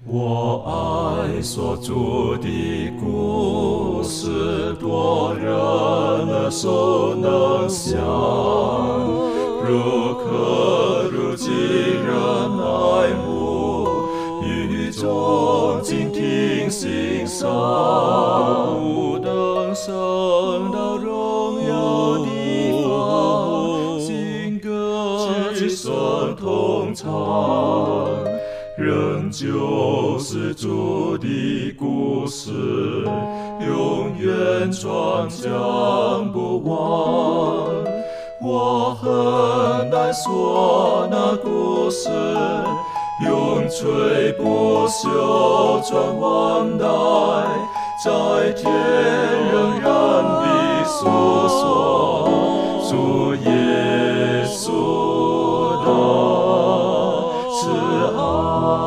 我爱所著的故事，多人耳熟能详，如渴如饥人爱慕，语中静听欣赏，不等升到荣耀地方，新歌之声同唱。仍旧是主的故事，永远传讲不完。我很难说那故事，永垂不朽传万代，在天仍然地诉说主耶稣的慈爱。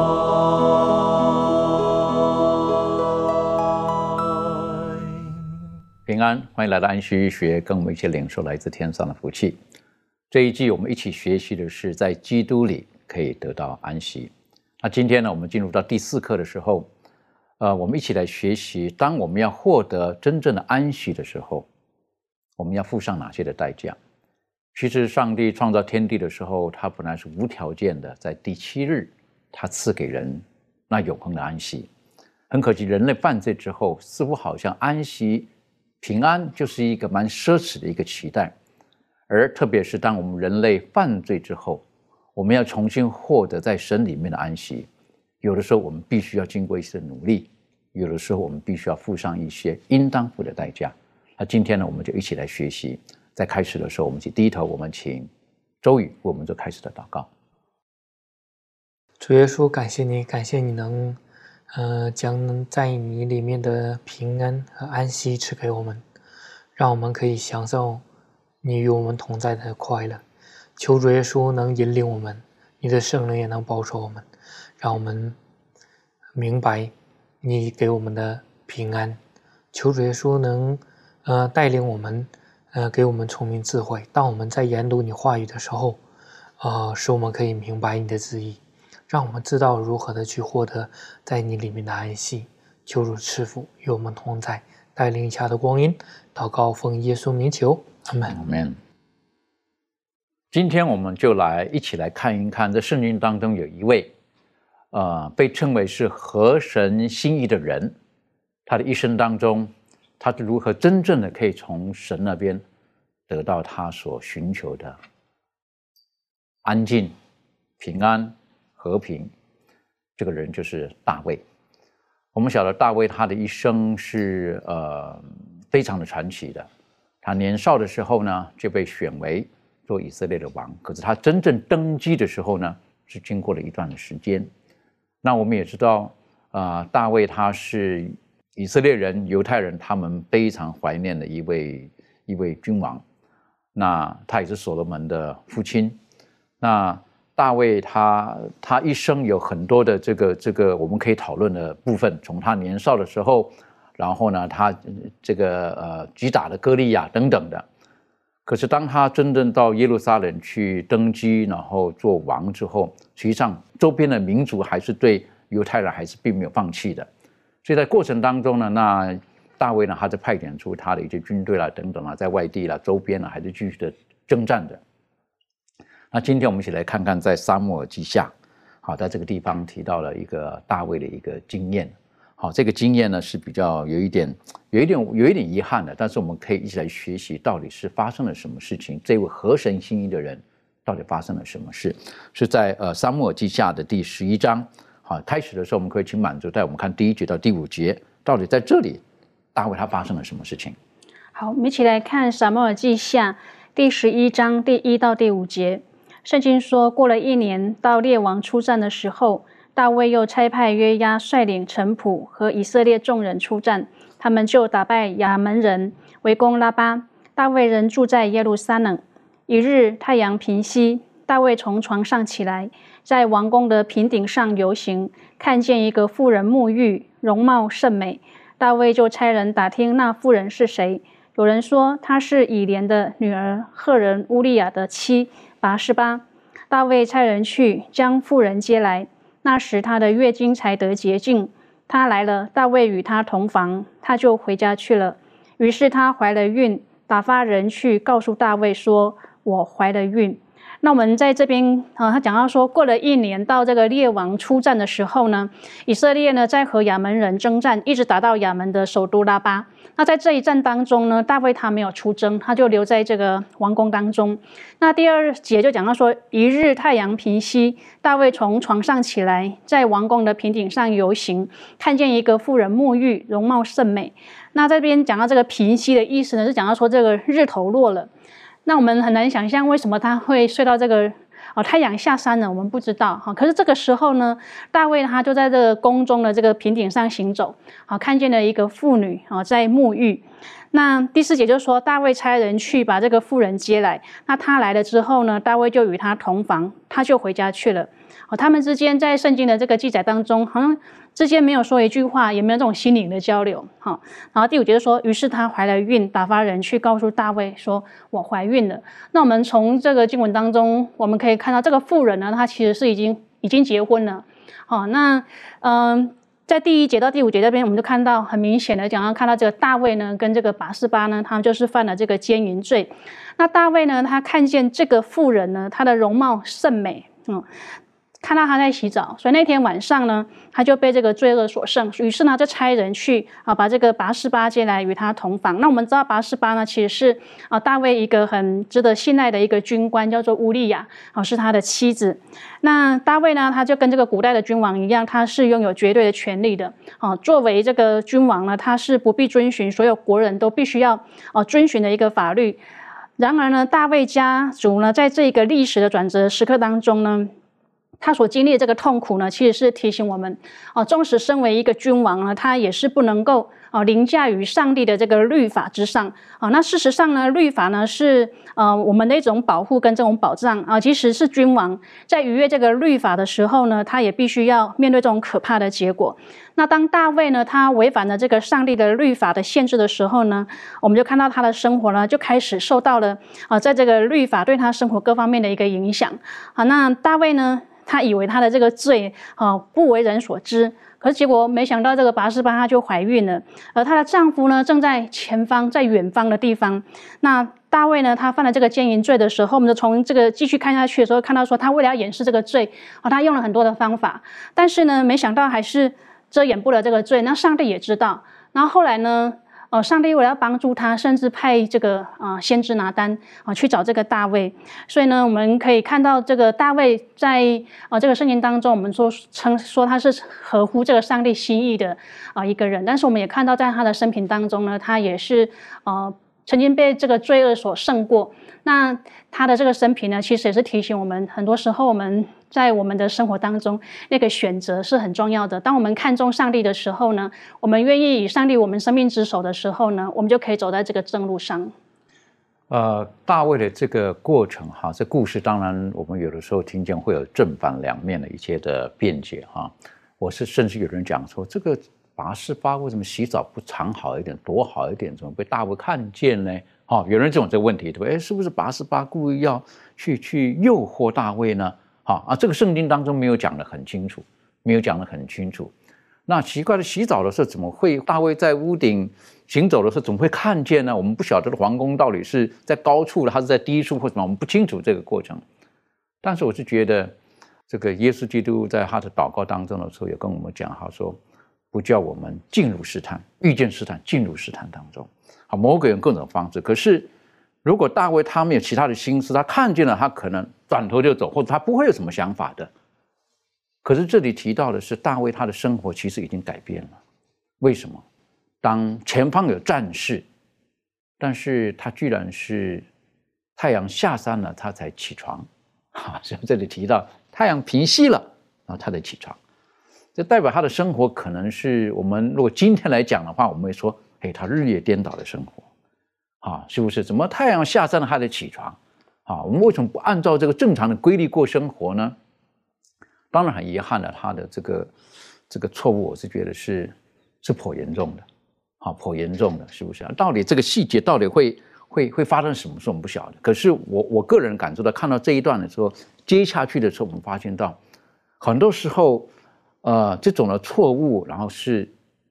平安，欢迎来到安息日学，跟我们一起领受来自天上的福气。这一季我们一起学习的是在基督里可以得到安息。那今天呢，我们进入到第4课的时候，我们一起来学习，当我们要获得真正的安息的时候，我们要付上哪些的代价？其实上帝创造天地的时候，他本来是无条件的，在第7日，他赐给人那永恒的安息。很可惜，人类犯罪之后，似乎好像安息、平安就是一个蛮奢侈的一个期待。而特别是当我们人类犯罪之后，我们要重新获得在神里面的安息，有的时候我们必须要经过一些努力，有的时候我们必须要付上一些应当付的代价。那今天呢，我们就一起来学习。在开始的时候，我们低头，我们请周宇为我们做开始的祷告。 主耶稣，感谢你，感谢你能将在你里面的平安和安息赐给我们，让我们可以享受你与我们同在的快乐。求主耶稣能引领我们，你的圣灵也能保守我们，让我们明白你给我们的平安。求主耶稣能带领我们，给我们聪明智慧。当我们在研读你话语的时候，使我们可以明白你的旨意，让我们知道如何的去获得在你里面的安息。求主赐福与我们同在，带领一下的光阴。祷告奉耶稣名求，阿们。 阿们。今天我们就一起来看一看，在圣经当中有一位被称为是合神心意的人，他的一生当中，他是如何真正的可以从神那边得到他所寻求的安静、平安、和平。这个人就是大卫。我们晓得大卫他的一生是非常的传奇的。他年少的时候呢，就被选为做以色列的王，可是他真正登基的时候呢，是经过了一段的时间。那我们也知道大卫他是以色列人、犹太人他们非常怀念的一位君王。那他也是所罗门的父亲。那大卫他一生有很多的这个我们可以讨论的部分，从他年少的时候，然后呢他这个击打了歌利亚等等的。可是当他真正到耶路撒冷去登基，然后做王之后，实际上周边的民族还是对犹太人还是并没有放弃的。所以在过程当中呢，那大卫呢，他就派遣出他的一些军队啦等等啦，在外地啦周边呢还是继续的征战的。那今天我们一起来看看在撒母耳记下，好，在这个地方提到了一个大卫的一个经验。好，这个经验呢是比较有一点遗憾的，但是我们可以一起来学习到底是发生了什么事情，这位合神心意的人到底发生了什么事。是在撒母耳记下的第11章。好，开始的时候我们可以请满足带我们看第1节到第5节，到底在这里大卫他发生了什么事情。 好，我们一起来看撒母耳记下第11章第1到第5节。圣经说，过了1年，到列王出战的时候，大卫又差派约押率领臣仆和以色列众人出战，他们就打败亚门人，围攻拉巴。大卫人住在耶路撒冷。一日太阳平西，大卫从床上起来，在王宫的平顶上游行，看见一个妇人沐浴，容貌甚美。大卫就差人打听那妇人是谁。有人说她是以莲的女儿赫人乌利亚的妻拔示巴。大卫差人去将妇人接来。 那时他的月经才得洁净。他来了，大卫与他同房，他就回家去了。于是他怀了孕，打发人去告诉大卫说：“我怀了孕。”那我们在这边他讲到说，过了1年，到这个列王出战的时候呢，以色列呢在和亚门人征战，一直打到亚门的首都拉巴。那在这一战当中呢，大卫他没有出征，他就留在这个王宫当中。那第2节就讲到说，一日太阳平西，大卫从床上起来，在王宫的平顶上游行，看见一个妇人沐浴，容貌甚美。那这边讲到这个平西的意思呢，是讲到说这个日头落了。那我们很难想象为什么他会睡到这个太阳下山了，我们不知道哈。可是这个时候呢，大卫他就在这个宫中的这个平顶上行走，看见了一个妇女在沐浴。那第4节就说，大卫差人去把这个妇人接来。那他来了之后呢，大卫就与他同房，他就回家去了。他们之间在圣经的这个记载当中，好像之间没有说一句话，也没有这种心灵的交流。然后第5节就说，于是他怀了孕，打发人去告诉大卫说：“我怀孕了。”那我们从这个经文当中，我们可以看到这个妇人呢，她其实是已经结婚了。在第1节到第5节这边，我们就看到很明显的看到这个大卫呢跟这个拔示巴呢，他们就是犯了这个奸淫罪。那大卫呢，他看见这个妇人呢，她的容貌甚美，看到他在洗澡，所以那天晚上呢，他就被这个罪恶所胜，于是呢就差人去把这个拔示巴接来与他同房。那我们知道拔示巴呢，其实是大卫一个很值得信赖的一个军官，叫做乌利亚，是他的妻子。那大卫呢，他就跟这个古代的君王一样，他是拥有绝对的权利的。作为这个君王呢，他是不必遵循所有国人都必须要遵循的一个法律。然而呢，大卫家族呢，在这个历史的转折时刻当中呢，他所经历的这个痛苦呢，其实是提醒我们，纵使身为一个君王呢，他也是不能够凌驾于上帝的这个律法之上。那事实上呢，律法呢是我们的一种保护跟这种保障即使是君王在逾越这个律法的时候呢，他也必须要面对这种可怕的结果。那当大卫呢，他违反了这个上帝的律法的限制的时候呢，我们就看到他的生活呢，就开始受到了在这个律法对他生活各方面的一个影响。那大卫呢，他以为他的这个罪不为人所知，可是结果没想到这个拔示巴她就怀孕了，而她的丈夫呢正在前方，在远方的地方。那大卫呢，他犯了这个奸淫罪的时候，我们就从这个继续看下去的时候，看到说他为了要掩饰这个罪他用了很多的方法，但是呢，没想到还是遮掩不了这个罪。那上帝也知道，然后后来呢，上帝为了要帮助他，甚至派这个先知拿单去找这个大卫。所以呢，我们可以看到这个大卫在这个圣经当中，我们说他是合乎这个上帝心意的一个人。但是我们也看到在他的生平当中呢，他也是曾经被这个罪恶所胜过。那他的这个生平呢，其实也是提醒我们，很多时候我们在我们的生活当中，那个选择是很重要的。当我们看重上帝的时候呢，我们愿意以上帝我们生命之手的时候呢，我们就可以走在这个正路上。 大卫的这个过程这故事当然我们有的时候听见会有正反两面的一些的辩解我是甚至有人讲说，这个拔示巴为什么洗澡不藏好一点，躲好一点，怎么被大卫看见呢？有人这种这个问题，对不对？是不是拔示巴故意要去诱惑大卫呢？这个圣经当中没有讲得很清楚，那奇怪的，洗澡的时候怎么会大卫在屋顶行走的时候怎么会看见呢？我们不晓得的皇宫到底是在高处还是在低处或什么，我们不清楚这个过程。但是我是觉得这个耶稣基督在他的祷告当中的时候也跟我们讲说，不叫我们进入试探，遇见试探，进入试探当中。魔鬼用各种方式，可是如果大卫他没有其他的心思，他看见了，他可能转头就走，或者他不会有什么想法的。可是这里提到的是大卫他的生活其实已经改变了。为什么？当前方有战事，但是他居然是太阳下山了他才起床所以这里提到太阳平息了然后他才起床，这代表他的生活可能是我们如果今天来讲的话，我们会说他日夜颠倒的生活是不是？怎么太阳下山了他才起床我们为什么不按照这个正常的规律过生活呢？当然很遗憾的，他的这个错误我是觉得是颇严重的颇严重的，是不是到底这个细节到底会发生什么事我们不晓得。可是我个人感受到，看到这一段的时候，接下去的时候我们发现到很多时候，这种的错误，然后是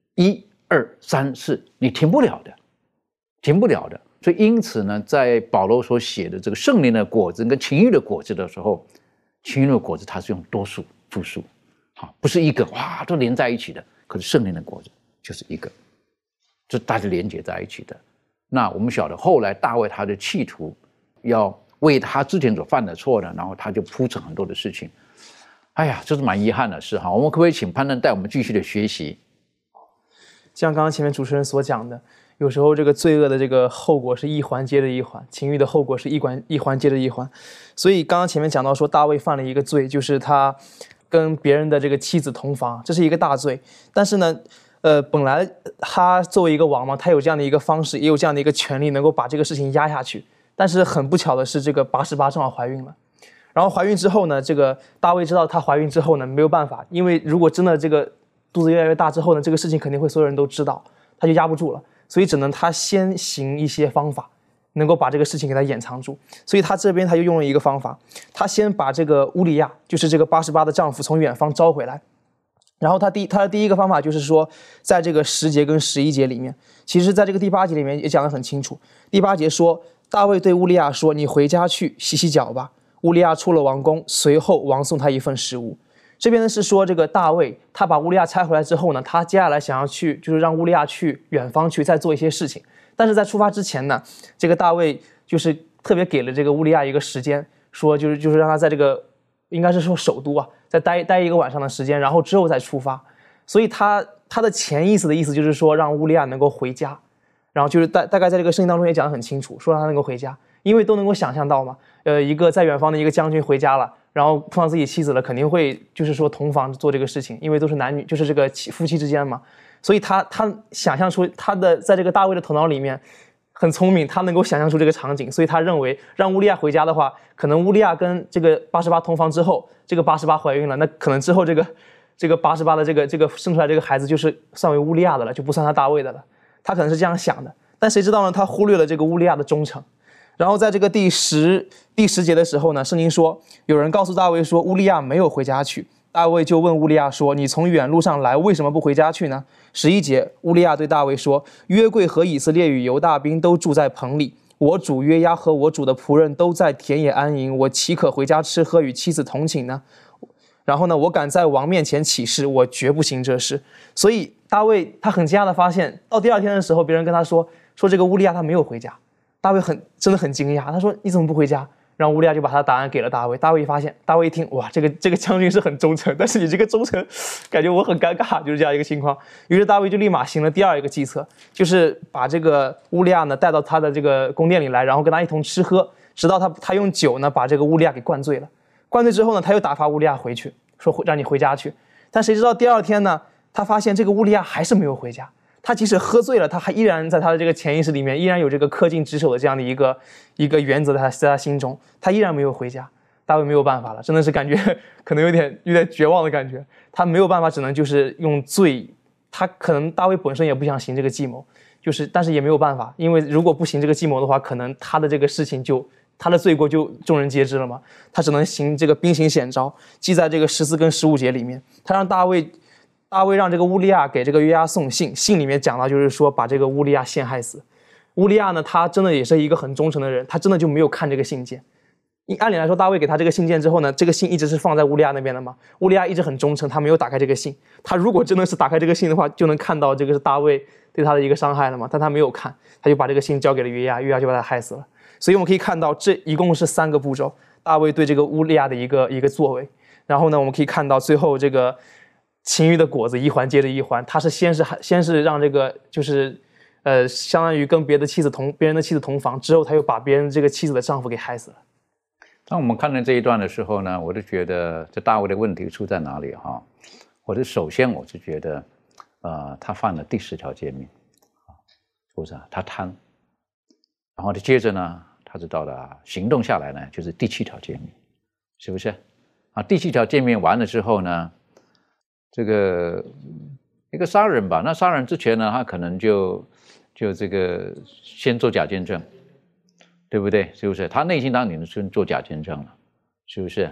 1、2、3、4，你停不了的，停不了的。所以因此呢，在保罗所写的这个圣灵的果子跟情欲的果子的时候，情欲的果子它是用多数、复数，好，不是一个哇都连在一起的。可是圣灵的果子就是一个，这大家连接在一起的。那我们晓得后来大卫他的企图要为他之前所犯的错呢，然后他就铺陈很多的事情。哎呀，这是蛮遗憾的事哈。我们可不可以请潘登带我们继续的学习？ 像刚刚前面主持人所讲的，有时候这个罪恶的这个后果是一环接着一环，情欲的后果是一环接着一环。所以刚刚前面讲到说大卫犯了一个罪，就是他跟别人的这个妻子同房，这是一个大罪。但是呢，本来他作为一个王嘛，他有这样的一个方式，也有这样的一个权利，能够把这个事情压下去。但是很不巧的是，这个拔示巴正好怀孕了。然后怀孕之后呢，这个大卫知道她怀孕之后呢，没有办法，因为如果真的这个肚子越来越大之后呢，这个事情肯定会所有人都知道，他就压不住了，所以只能他先行一些方法，能够把这个事情给他掩藏住。所以他这边他就用了一个方法，他先把这个乌利亚，就是这个拔示巴的丈夫从远方招回来。然后他的第一个方法就是说，在这个10节跟11节里面，其实在这个第8节里面也讲得很清楚。第8节说，大卫对乌利亚说：“你回家去洗洗脚吧。”乌利亚出了王宫，随后王送他一份食物。这边呢是说这个大卫他把乌利亚拆回来之后呢，他接下来想要去就是让乌利亚去远方去再做一些事情。但是在出发之前呢，这个大卫就是特别给了这个乌利亚一个时间，说就是让他在这个应该是说首都啊，再待一个晚上的时间，然后之后再出发。所以他的潜意识的意思就是说让乌利亚能够回家，然后就是大概在这个圣经当中也讲得很清楚，说让他能够回家，因为都能够想象到嘛，一个在远方的一个将军回家了，然后碰到自己妻子了，肯定会就是说同房做这个事情，因为都是男女，就是这个夫妻之间嘛。所以他想象出他的在这个大卫的头脑里面很聪明，他能够想象出这个场景，所以他认为让乌利亚回家的话，可能乌利亚跟这个拔示巴同房之后，这个拔示巴怀孕了，那可能之后这个拔示巴的这个生出来这个孩子就是算为乌利亚的了，就不算他大卫的了。他可能是这样想的，但谁知道呢？他忽略了这个乌利亚的忠诚。然后在这个第10节的时候呢，圣经说有人告诉大卫说乌利亚没有回家去，大卫就问乌利亚说：“你从远路上来，为什么不回家去呢？”11节，乌利亚对大卫说：“约柜和以色列与犹大兵都住在棚里，我主约押和我主的仆人都在田野安营，我岂可回家吃喝与妻子同寝呢？然后呢，我敢在王面前起誓，我绝不行这事。”所以大卫他很惊讶的发现，到第2天的时候，别人跟他说这个乌利亚他没有回家。大卫真的很惊讶，他说：“你怎么不回家？”然后乌利亚就把他的答案给了大卫。大卫一听，哇，这个将军是很忠诚，但是你这个忠诚，感觉我很尴尬，就是这样一个情况。于是大卫就立马行了第2个计策，就是把这个乌利亚呢带到他的这个宫殿里来，然后跟他一同吃喝，直到他用酒呢把这个乌利亚给灌醉了。灌醉之后呢，他又打发乌利亚回去，说让你回家去。但谁知道第2天呢，他发现这个乌利亚还是没有回家。他即使喝醉了，他还依然在他的这个潜意识里面，依然有这个恪尽职守的这样的一个原则在他心中，他依然没有回家。大卫没有办法了，真的是感觉可能有点绝望的感觉。他没有办法，只能就是用罪。他可能大卫本身也不想行这个计谋，但是也没有办法，因为如果不行这个计谋的话，可能他的这个事情他的罪过就众人皆知了嘛。他只能行这个兵行险招，记在这个14跟15节里面。他让大卫让这个乌利亚给这个约押送信，信里面讲到就是说把这个乌利亚陷害死。乌利亚呢，他真的也是一个很忠诚的人，他真的就没有看这个信件。按理来说，大卫给他这个信件之后呢，这个信一直是放在乌利亚那边的嘛。乌利亚一直很忠诚，他没有打开这个信。他如果真的是打开这个信的话，就能看到这个是大卫对他的一个伤害了嘛。但他没有看，他就把这个信交给了约押，约押就把他害死了。所以我们可以看到，这一共是3个步骤，大卫对这个乌利亚的一个作为。然后呢，我们可以看到最后这个情欲的果子一环接着一环，他是先是让这个就是相当于跟别人的妻子同房，之后他又把别人这个妻子的丈夫给害死了。 当我们看到这一段的时候呢，我就觉得这大卫的问题出在哪里哈？首先我就觉得他犯了第10条诫命，是不是啊？他贪，然后接着呢，他知道了行动下来呢，就是第7条诫命，是不是啊？第7条诫命完了之后呢，这个一个杀人吧，那杀人之前呢，他可能就这个先做假见证，对不对？是不是？他内心当然是做假见证了，是不是？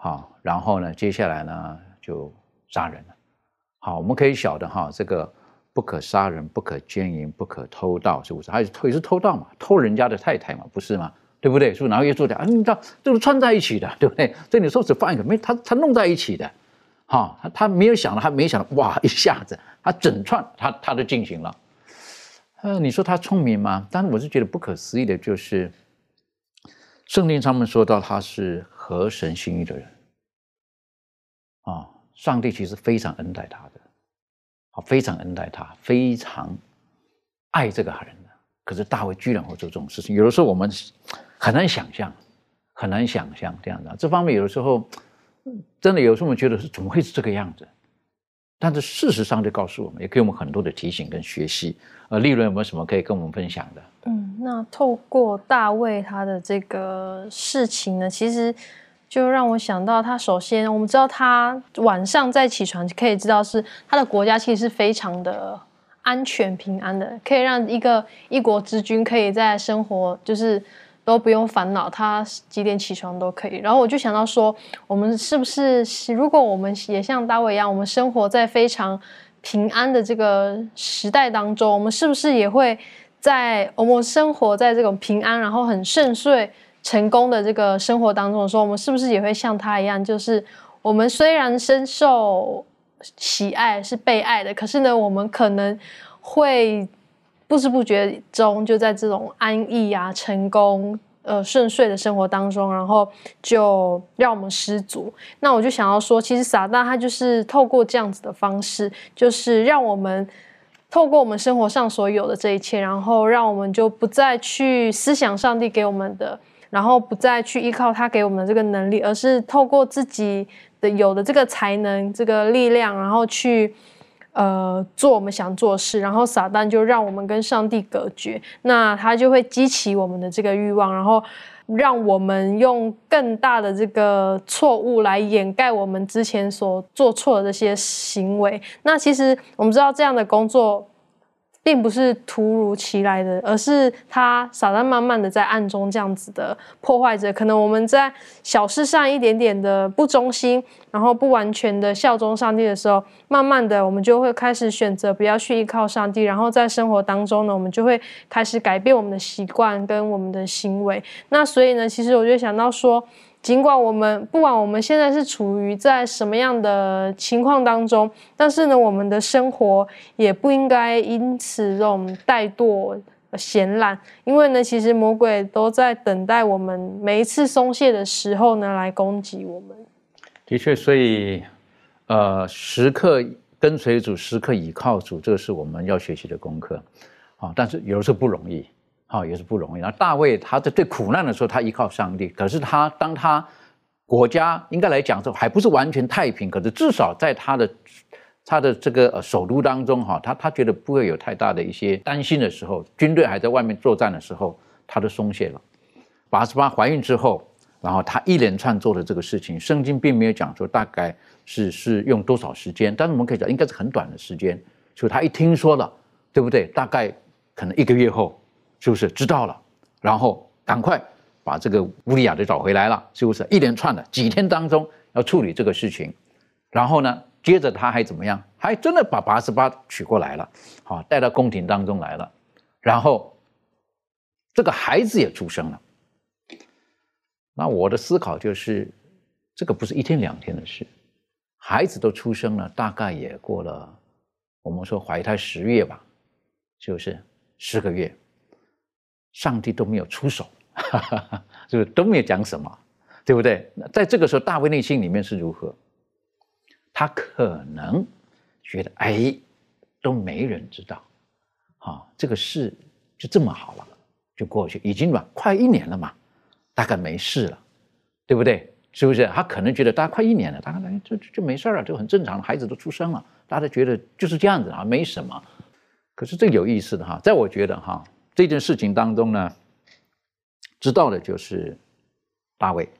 好，然后呢，接下来呢就杀人了。好，我们可以晓得哈，这个不可杀人，不可奸淫，不可偷盗，是不是？还是偷盗嘛，偷人家的太太嘛，不是吗？对不对？是不是？然后又做掉啊？你知道这个串在一起的，对不对？这你说只放一个，没他弄在一起的，哈，他没有想到，他没想到，哇，一下子他整串他都进行了。你说他聪明吗？但是我是觉得不可思议的，就是圣经上面说到他是合神心意的人啊，上帝其实非常恩待他的，非常恩待他，非常爱这个人的。可是大卫居然会做这种事情，有的时候我们很难想象这样的。这方面有的时候真的有时候我们觉得是怎么会是这个样子？但是事实上就告诉我们，也给我们很多的提醒跟学习。利润有没有什么可以跟我们分享的？ 那透过大卫他的这个事情呢，其实就让我想到，他首先我们知道他晚上再起床，可以知道是他的国家其实是非常的安全平安的，可以让一国之君可以在生活就是都不用烦恼，他几点起床都可以。然后我就想到说，我们是不是如果我们也像大卫一样，我们生活在非常平安的这个时代当中，我们是不是也会我们生活在这种平安然后很顺遂成功的这个生活当中的时候，我们是不是也会像他一样，就是我们虽然深受喜爱是被爱的，可是呢，我们可能会不知不觉中就在这种安逸啊、成功、顺遂的生活当中，然后就让我们失足。那我就想要说，其实撒旦他就是透过这样子的方式，就是让我们透过我们生活上所有的这一切，然后让我们就不再去思想上帝给我们的，然后不再去依靠他给我们的这个能力，而是透过自己有的这个才能、这个力量，然后去做我们想做的事，然后撒旦就让我们跟上帝隔绝，那他就会激起我们的这个欲望，然后让我们用更大的这个错误来掩盖我们之前所做错的这些行为。那其实我们知道这样的工作并不是突如其来的，而是撒旦慢慢的在暗中这样子的破坏着。可能我们在小事上一点点的不忠心，然后不完全的效忠上帝的时候，慢慢的我们就会开始选择不要去依靠上帝，然后在生活当中呢，我们就会开始改变我们的习惯跟我们的行为。那所以呢，其实我就想到说，不管我们现在是处于在什么样的情况当中，但是呢，我们的生活也不应该因此这种怠惰、闲懒，因为呢，其实魔鬼都在等待我们每一次松懈的时候呢，来攻击我们。 的确，所以时刻跟随主，时刻倚靠主，这个是我们要学习的功课但是有的时候不容易。也是不容易。然后大卫他在最苦难的时候，他依靠上帝。可是当他国家应该来讲说还不是完全太平，可是至少在他的这个首都当中他觉得不会有太大的一些担心的时候，军队还在外面作战的时候，他都松懈了。拔示巴怀孕之后，然后他一连串做的这个事情，圣经并没有讲说大概是用多少时间，但是我们可以讲应该是很短的时间。所以他一听说了，对不对？大概可能1个月后。是不是知道了？然后赶快把这个乌利亚就找回来了，是不是？一连串的几天当中要处理这个事情，然后呢，接着他还怎么样？还真的把拔示巴娶过来了，带到宫廷当中来了，然后这个孩子也出生了。那我的思考就是，这个不是1天2天的事，孩子都出生了，大概也过了我们说怀胎10月吧，是不是10个月？上帝都没有出手，就是都没有讲什么，对不对？在这个时候，大卫内心里面是如何？他可能觉得，都没人知道，这个事就这么好了，就过去，已经快1年了嘛，大概没事了，对不对？是不是？他可能觉得大概快1年了，大概就没事了，就很正常了，孩子都出生了，大家觉得就是这样子没什么。可是这个有意思的在我觉得这件事情当中呢，知道的就是大卫，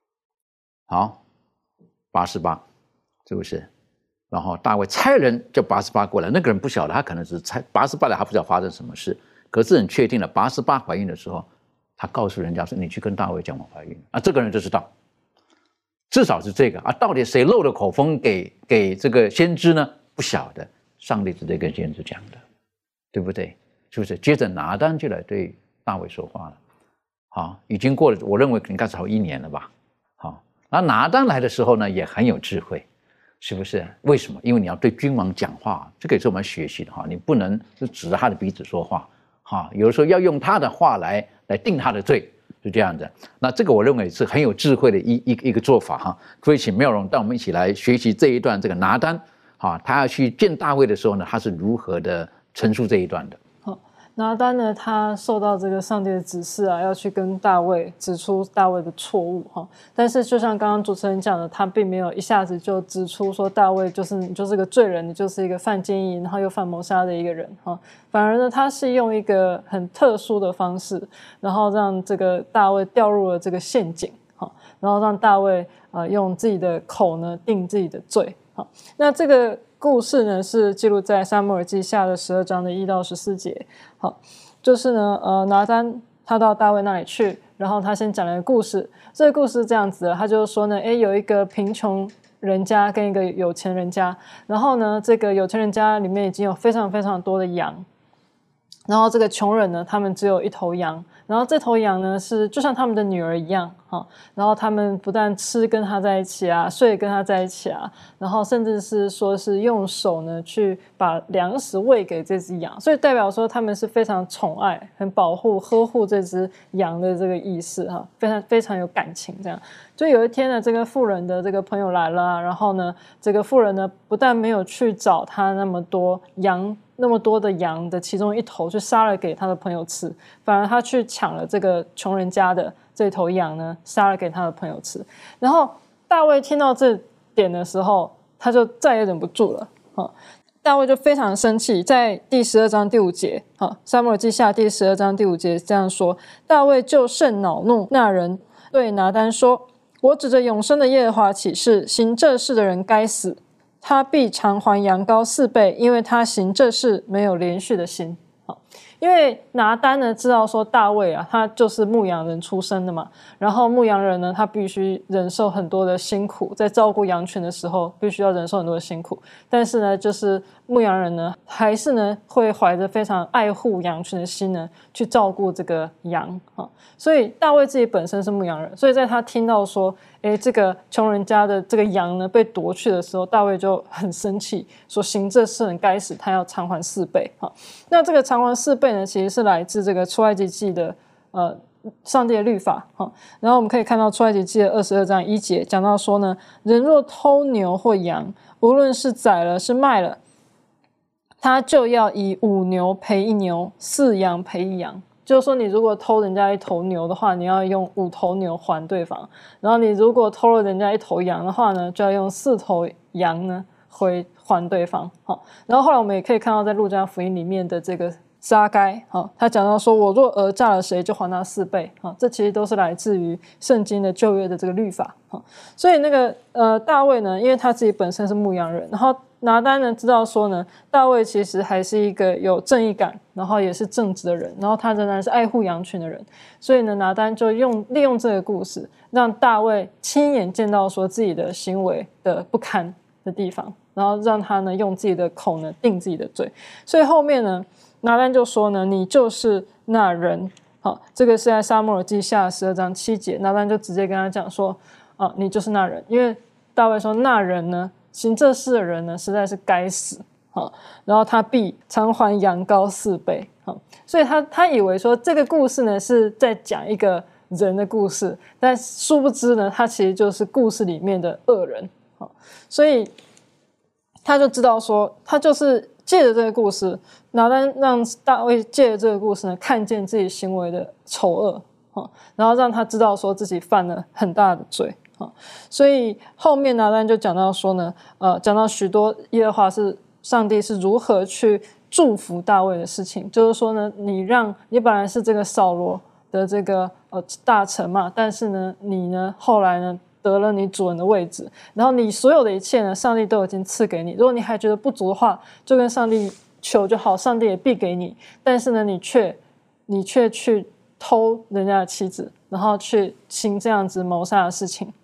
拔示巴，是不是？然后大卫差人叫拔示巴过来，那个人不晓得，他可能只是猜拔示巴来，他不知道发生什么事，可是很确定了，拔示巴怀孕的时候，他告诉人家说：“你去跟大卫讲我怀孕。”这个人就知道， 至少是这个啊。到底谁漏了口风给这个先知呢？不晓得，上帝直接跟先知讲的，对不对？是不是？接着拿单就来对大卫说话了。好，已经过了，我认为应该超1年了吧。好，那拿单来的时候呢，也很有智慧，是不是？为什么？因为你要对君王讲话，这个也是我们学习的哈。你不能是指着他的鼻子说话，哈，有的时候要用他的话来定他的罪，是这样的。那这个我认为是很有智慧的一个做法哈。所以请妙容带我们一起来学习这一段这个拿单，哈，他要去见大卫的时候呢，他是如何的陈述这一段的。 拿单呢，他受到这个上帝的指示啊，要去跟大卫指出大卫的错误哈。但是就像刚刚主持人讲的，他并没有一下子就指出说大卫你就是个罪人，你就是一个犯奸淫然后又犯谋杀的一个人哈。反而呢，他是用一个很特殊的方式，然后让这个大卫掉入了这个陷阱哈，然后让大卫用自己的口呢定自己的罪哈。那这个故事呢是记录在撒母耳记下的12章的1到14节。好，就是呢，拿单他到大卫那里去，然后他先讲了一个故事。这个故事是这样子的，他就是说呢，有一个贫穷人家跟一个有钱人家，然后呢，这个有钱人家里面已经有非常非常多的羊，然后这个穷人呢，他们只有1头羊。然后这头羊呢是就像他们的女儿一样然后他们不但吃跟他在一起啊，睡跟他在一起啊，然后甚至是说是用手呢去把粮食喂给这只羊，所以代表说他们是非常宠爱、很保护、呵护这只羊的这个意思非常非常有感情这样。就有一天呢，这个妇人的这个朋友来了，然后呢，这个妇人呢不但没有去找他那么多的羊的其中1头去杀了给他的朋友吃，反而他去抢了这个穷人家的这头羊呢，杀了给他的朋友吃。然后大卫听到这点的时候，他就再也忍不住了大卫就非常生气，在第12章第5节撒母耳记下第12章第5节这样说：大卫就甚恼怒，那人对拿单说：我指着永生的耶和华起誓，行这事的人该死，他必偿还羊羔4倍，因为他行这事没有连续的心。因为拿单呢知道说大卫啊，他就是牧羊人出身的嘛，然后牧羊人呢，他必须忍受很多的辛苦，在照顾羊群的时候必须要忍受很多的辛苦，但是呢，就是牧羊人呢，还是呢会怀着非常爱护羊群的心呢，去照顾这个羊所以大卫自己本身是牧羊人，所以在他听到说这个穷人家的这个羊呢被夺去的时候，大卫就很生气，说行这事人该死，他要偿还4倍那这个偿还4倍呢，其实是来自这个出埃及记的上帝的律法然后我们可以看到出埃及记的22章1节讲到说呢，人若偷牛或羊，无论是宰了是卖了，他就要以5牛赔1牛，4羊赔1羊。就是说你如果偷人家1头牛的话，你要用5头牛还对方，然后你如果偷了人家1头羊的话呢，就要用4头羊呢还对方然后后来我们也可以看到在路加福音里面的这个撒该他讲到说，我若讹诈了谁，就还他4倍这其实都是来自于圣经的旧约的这个律法所以那个大卫呢，因为他自己本身是牧羊人，然后拿单呢知道说呢，大卫其实还是一个有正义感，然后也是正直的人，然后他仍然是爱护羊群的人，所以呢，拿单就利用这个故事，让大卫亲眼见到说自己的行为的不堪的地方，然后让他呢用自己的口呢定自己的罪。所以后面呢，拿单就说呢，你就是那人这个是在撒母耳记下12章7节，拿单就直接跟他讲说你就是那人，因为大卫说那人呢，行这事的人呢，实在是该死然后他必偿还羊羔4倍所以他以为说这个故事呢是在讲一个人的故事，但殊不知呢，他其实就是故事里面的恶人所以他就知道说，他就是借着这个故事，拿单让大卫借着这个故事呢，看见自己行为的丑恶然后让他知道说自己犯了很大的罪所以后面拿单就讲到说呢，讲到许多耶和华是上帝是如何去祝福大卫的事情，就是说呢，你本来是这个扫罗的这个大臣嘛，但是呢，你呢后来呢得了你主人的位置，然后你所有的一切呢，上帝都已经赐给你。如果你还觉得不足的话，就跟上帝求就好，上帝也必给你。但是呢，你却去偷人家的妻子，然后去行这样子谋杀的事情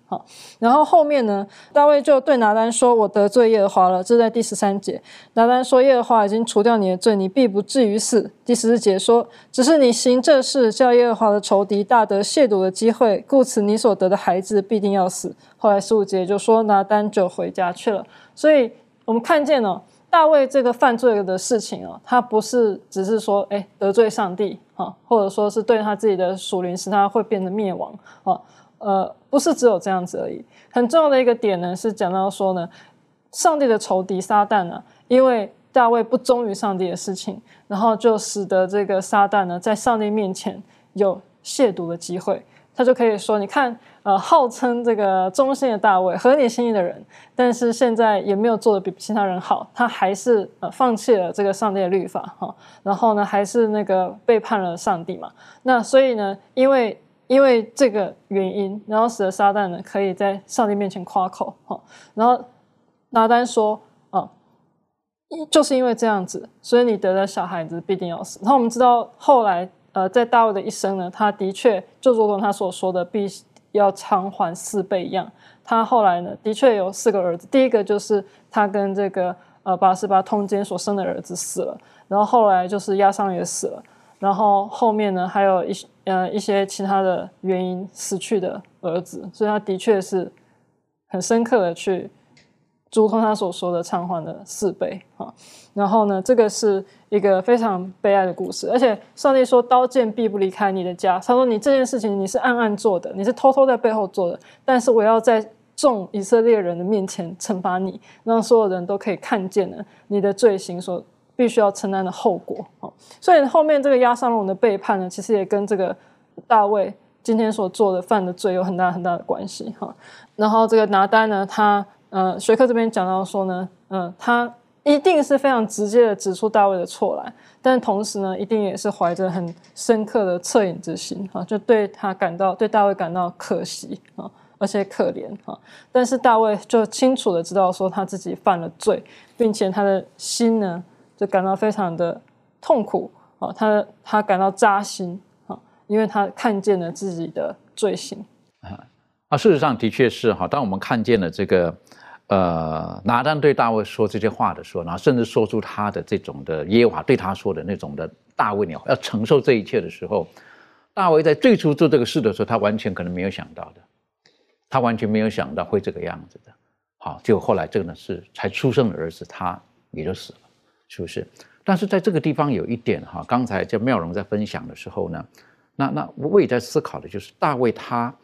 好，然后后面呢，大卫就对拿单说：“我得罪耶和华了。”这是在第13节。拿单说：“耶和华已经除掉你的罪，你必不至于死。”第14节说：“只是你行这事，叫耶和华的仇敌大得亵渎的机会，故此你所得的孩子必定要死。”后来15节就说拿单就回家去了。所以我们看见哦，大卫这个犯罪的事情哦，他不是只是说得罪上帝或者说是对他自己的属灵使他会变得灭亡不是只有这样子而已。很重要的一个点呢，是讲到说呢，上帝的仇敌撒旦呢，因为大卫不忠于上帝的事情，然后就使得这个撒旦呢，在上帝面前有亵渎的机会。他就可以说，你看，号称这个忠心的大卫，合你心意的人，但是现在也没有做得比其他人好，他还是放弃了这个上帝的律法然后呢，还是那个背叛了上帝嘛。那所以呢，因为这个原因，然后使得撒旦呢可以在上帝面前夸口然后拿单说就是因为这样子，所以你得的小孩子必定要死。然后我们知道后来在大卫的一生呢，他的确就如同他所说的必要偿还4倍一样。他后来呢，的确有4个儿子，第一个就是他跟这个拔示巴通奸所生的儿子死了，然后后来就是押上也死了，然后后面呢还有一些其他的原因死去的儿子，所以他的确是很深刻的去如同他所说的偿还了4倍然后呢，这个是一个非常悲哀的故事，而且上帝说刀剑必不离开你的家。他说你这件事情你是暗暗做的，你是偷偷在背后做的，但是我要在众以色列人的面前惩罚你，让所有人都可以看见了你的罪行所必须要承担的后果所以后面这个押沙龙的背叛呢，其实也跟这个大卫今天所做的犯的罪有很大很大的关系然后这个拿单呢，他学科这边讲到说呢他一定是非常直接的指出大卫的错来，但同时呢，一定也是怀着很深刻的恻隐之心就对大卫感到可惜而且可怜但是大卫就清楚的知道说他自己犯了罪，并且他的心呢就感到非常的痛苦他感到扎心因为他看见了自己的罪行事实上的确是当我们看见了这个拿单对大卫说这些话的时候，然后甚至说出他的这种的耶和华对他说的那种的大卫你要承受这一切的时候，大卫在最初做这个事的时候，他完全可能没有想到的，他完全没有想到会这个样子的结果后来这个呢是才出生的儿子他也就死了，是不是？但是在这个地方有一点刚才叫妙容在分享的时候呢，那我也在思考的就是大卫他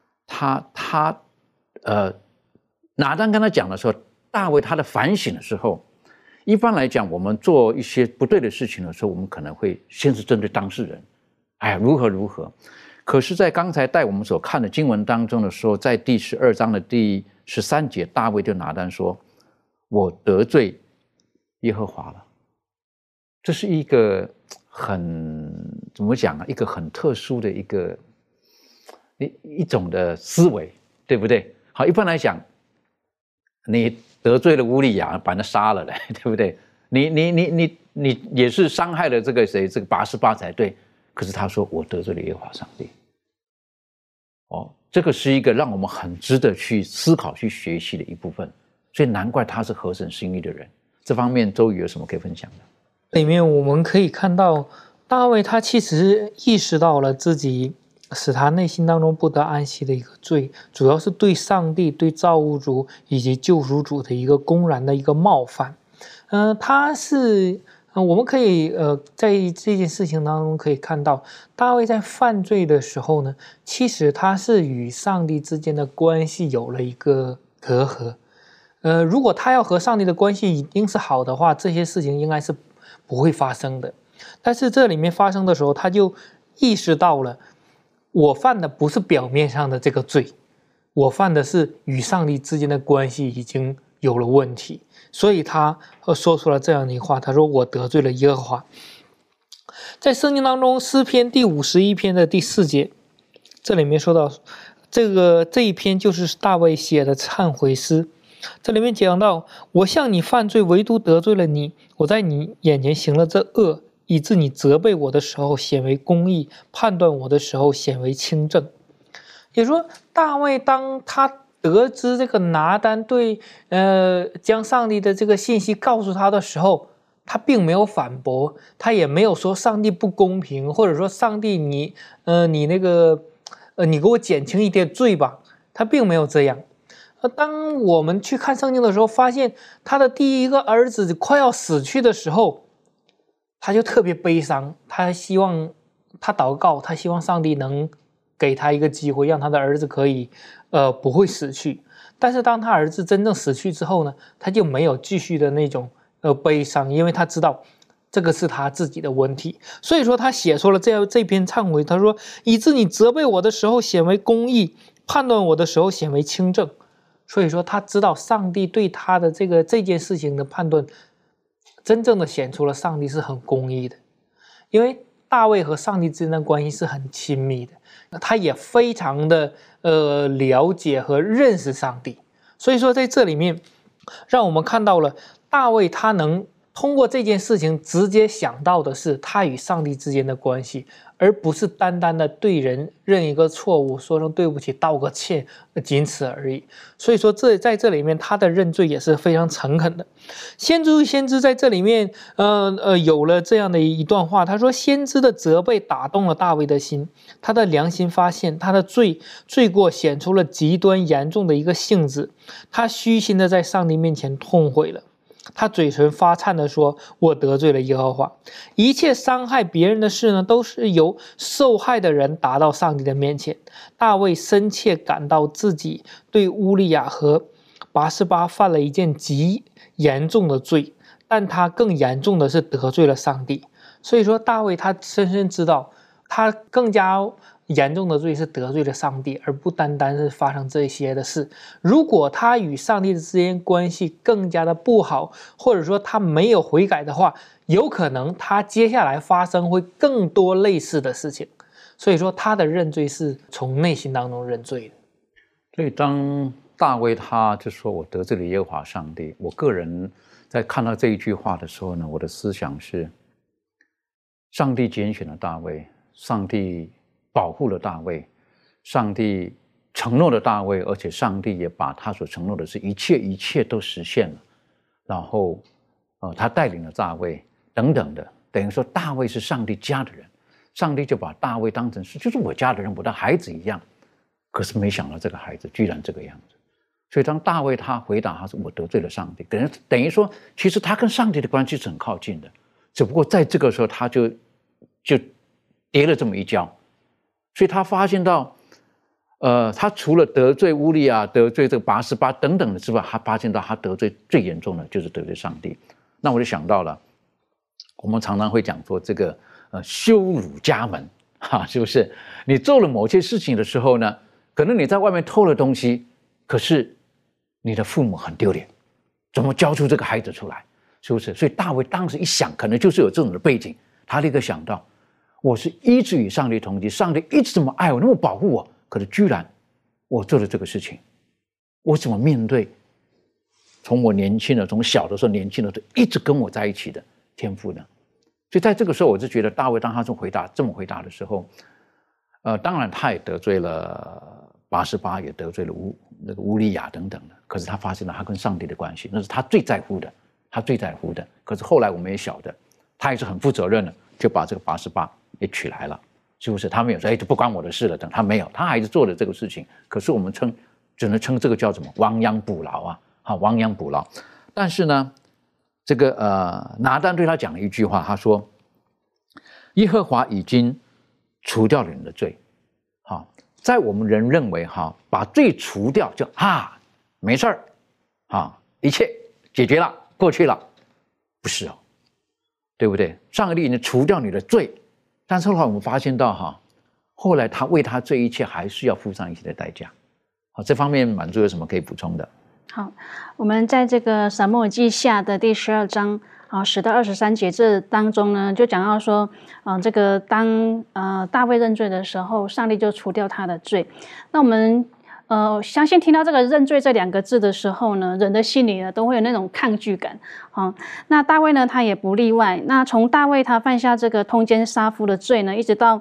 拿单跟他讲的时候，大卫他的反省的时候，一般来讲我们做一些不对的事情的时候，我们可能会先是针对当事人如何可是在刚才带我们所看的经文当中的时候，在第12章的第13节，大卫对拿单说我得罪耶和华了。这是一个怎么讲一个很特殊的一种的思维，对不对？一般来讲你得罪了乌利亚，把他杀了对不对？你也是伤害了这个拔示巴才对，可是他说我得罪了耶和华上帝这个是一个让我们很值得去思考去学习的一部分，所以难怪他是合神心意的人。这方面周瑜有什么可以分享的？ 里面我们可以看到大卫他其实意识到了自己使他内心当中不得安息的一个罪，主要是对上帝、对造物主以及救赎主的一个公然的一个冒犯。我们可以在这件事情当中可以看到，大卫在犯罪的时候呢，其实他是与上帝之间的关系有了一个隔阂。如果他要和上帝的关系一定是好的话，这些事情应该是不会发生的。但是这里面发生的时候，他就意识到了我犯的不是表面上的这个罪，我犯的是与上帝之间的关系已经有了问题，所以他说出了这样的一句话，他说我得罪了耶和华。在圣经当中诗篇第51篇的第4节，这里面说到这一篇就是大卫写的忏悔诗。这里面讲到我向你犯罪，唯独得罪了你，我在你眼前行了这恶，以致你责备我的时候显为公义，判断我的时候显为清正。 也说大卫当他得知这个拿单对将上帝的这个信息告诉他的时候，他并没有反驳，他也没有说上帝不公平，或者说上帝你给我减轻一点罪吧，他并没有这样。当我们去看圣经的时候，发现他的第一个儿子快要死去的时候，他就特别悲伤，他祷告，他希望上帝能给他一个机会，让他的儿子可以不会死去。但是当他儿子真正死去之后呢，他就没有继续的那种悲伤，因为他知道这个是他自己的问题。所以说他写出了这篇忏悔，他说以致你责备我的时候显为公义，判断我的时候显为清正。所以说他知道上帝对他的这件事情的判断，真正的显出了上帝是很公义的。因为大卫和上帝之间的关系是很亲密的，他也非常的了解和认识上帝。所以说在这里面让我们看到了大卫他能通过这件事情直接想到的是他与上帝之间的关系，而不是单单的对人认一个错误，说声对不起，道个歉，仅此而已。所以说在这里面他的认罪也是非常诚恳的。先知在这里面有了这样的一段话，他说先知的责备打动了大卫的心，他的良心发现他的罪过显出了极端严重的一个性质，他虚心的在上帝面前痛悔了。他嘴唇发颤地说，我得罪了耶和华。一切伤害别人的事呢，都是由受害的人达到上帝的面前。大卫深切感到自己对乌利亚和拔示巴犯了一件极严重的罪，但他更严重的是得罪了上帝。所以说大卫他深深知道，他更加严重的罪是得罪了上帝，而不单单是发生这些的事。如果他与上帝之间关系更加的不好，或者说他没有悔改的话，有可能他接下来发生会更多类似的事情。所以说他的认罪是从内心当中认罪的。 所以当大卫他就说我得罪了耶和华上帝，我个人在看到这一句话的时候呢，我的思想是上帝拣选了大卫，上帝保护了大卫，上帝承诺了大卫，而且上帝也把他所承诺的事一切都实现了。然后他带领了大卫等等的，等于说大卫是上帝家的人，上帝就把大卫当成是就是我家的人，我的孩子一样。可是没想到这个孩子居然这个样子。所以当大卫他回答他说我得罪了上帝，等于说其实他跟上帝的关系是很靠近的，只不过在这个时候他就跌了这么一跤。所以他发现到他除了得罪乌利亚，得罪这个拔示巴等等的之外，他发现到他得罪最严重的就是得罪上帝。那我就想到了我们常常会讲说这个羞辱家门是不是？你做了某些事情的时候呢，可能你在外面偷了东西，可是你的父母很丢脸，怎么教出这个孩子出来，是不是？所以大卫当时一想，可能就是有这种的背景，他立刻想到我是一直与上帝同居，上帝一直这么爱我，那么保护我，可是居然我做了这个事情，我怎么面对从我年轻的从小的时候年轻的时候一直跟我在一起的天父呢？所以在这个时候我就觉得大卫当他这么回答的时候，当然他也得罪了拔示巴，也得罪了乌利亚等等的，可是他发现了他跟上帝的关系，那是他最在乎的，可是后来我们也晓得他也是很负责任的，就把这个拔示巴也娶来了，是不是？他没有说这不关我的事了等，他没有，他还是做了这个事情。可是我们只能称这个叫什么亡羊补牢亡羊补牢。但是呢这个拿单对他讲了一句话，他说耶和华已经除掉了你的罪。在我们人认为把罪除掉就没事儿一切解决了过去了，不是对不对？上帝已经除掉你的罪，但是后来我们发现到后来他为他这一切还是要付上一些的代价。这方面满足有什么可以补充的？ 好，我们在这个撒母耳记下的第12章10到23节这当中呢，就讲到说这个当大卫认罪的时候，上帝就除掉他的罪。那我们相信听到这个认罪这2个字的时候呢，人的心里呢都会有那种抗拒感那大卫呢他也不例外。那从大卫他犯下这个通奸杀夫的罪呢，一直到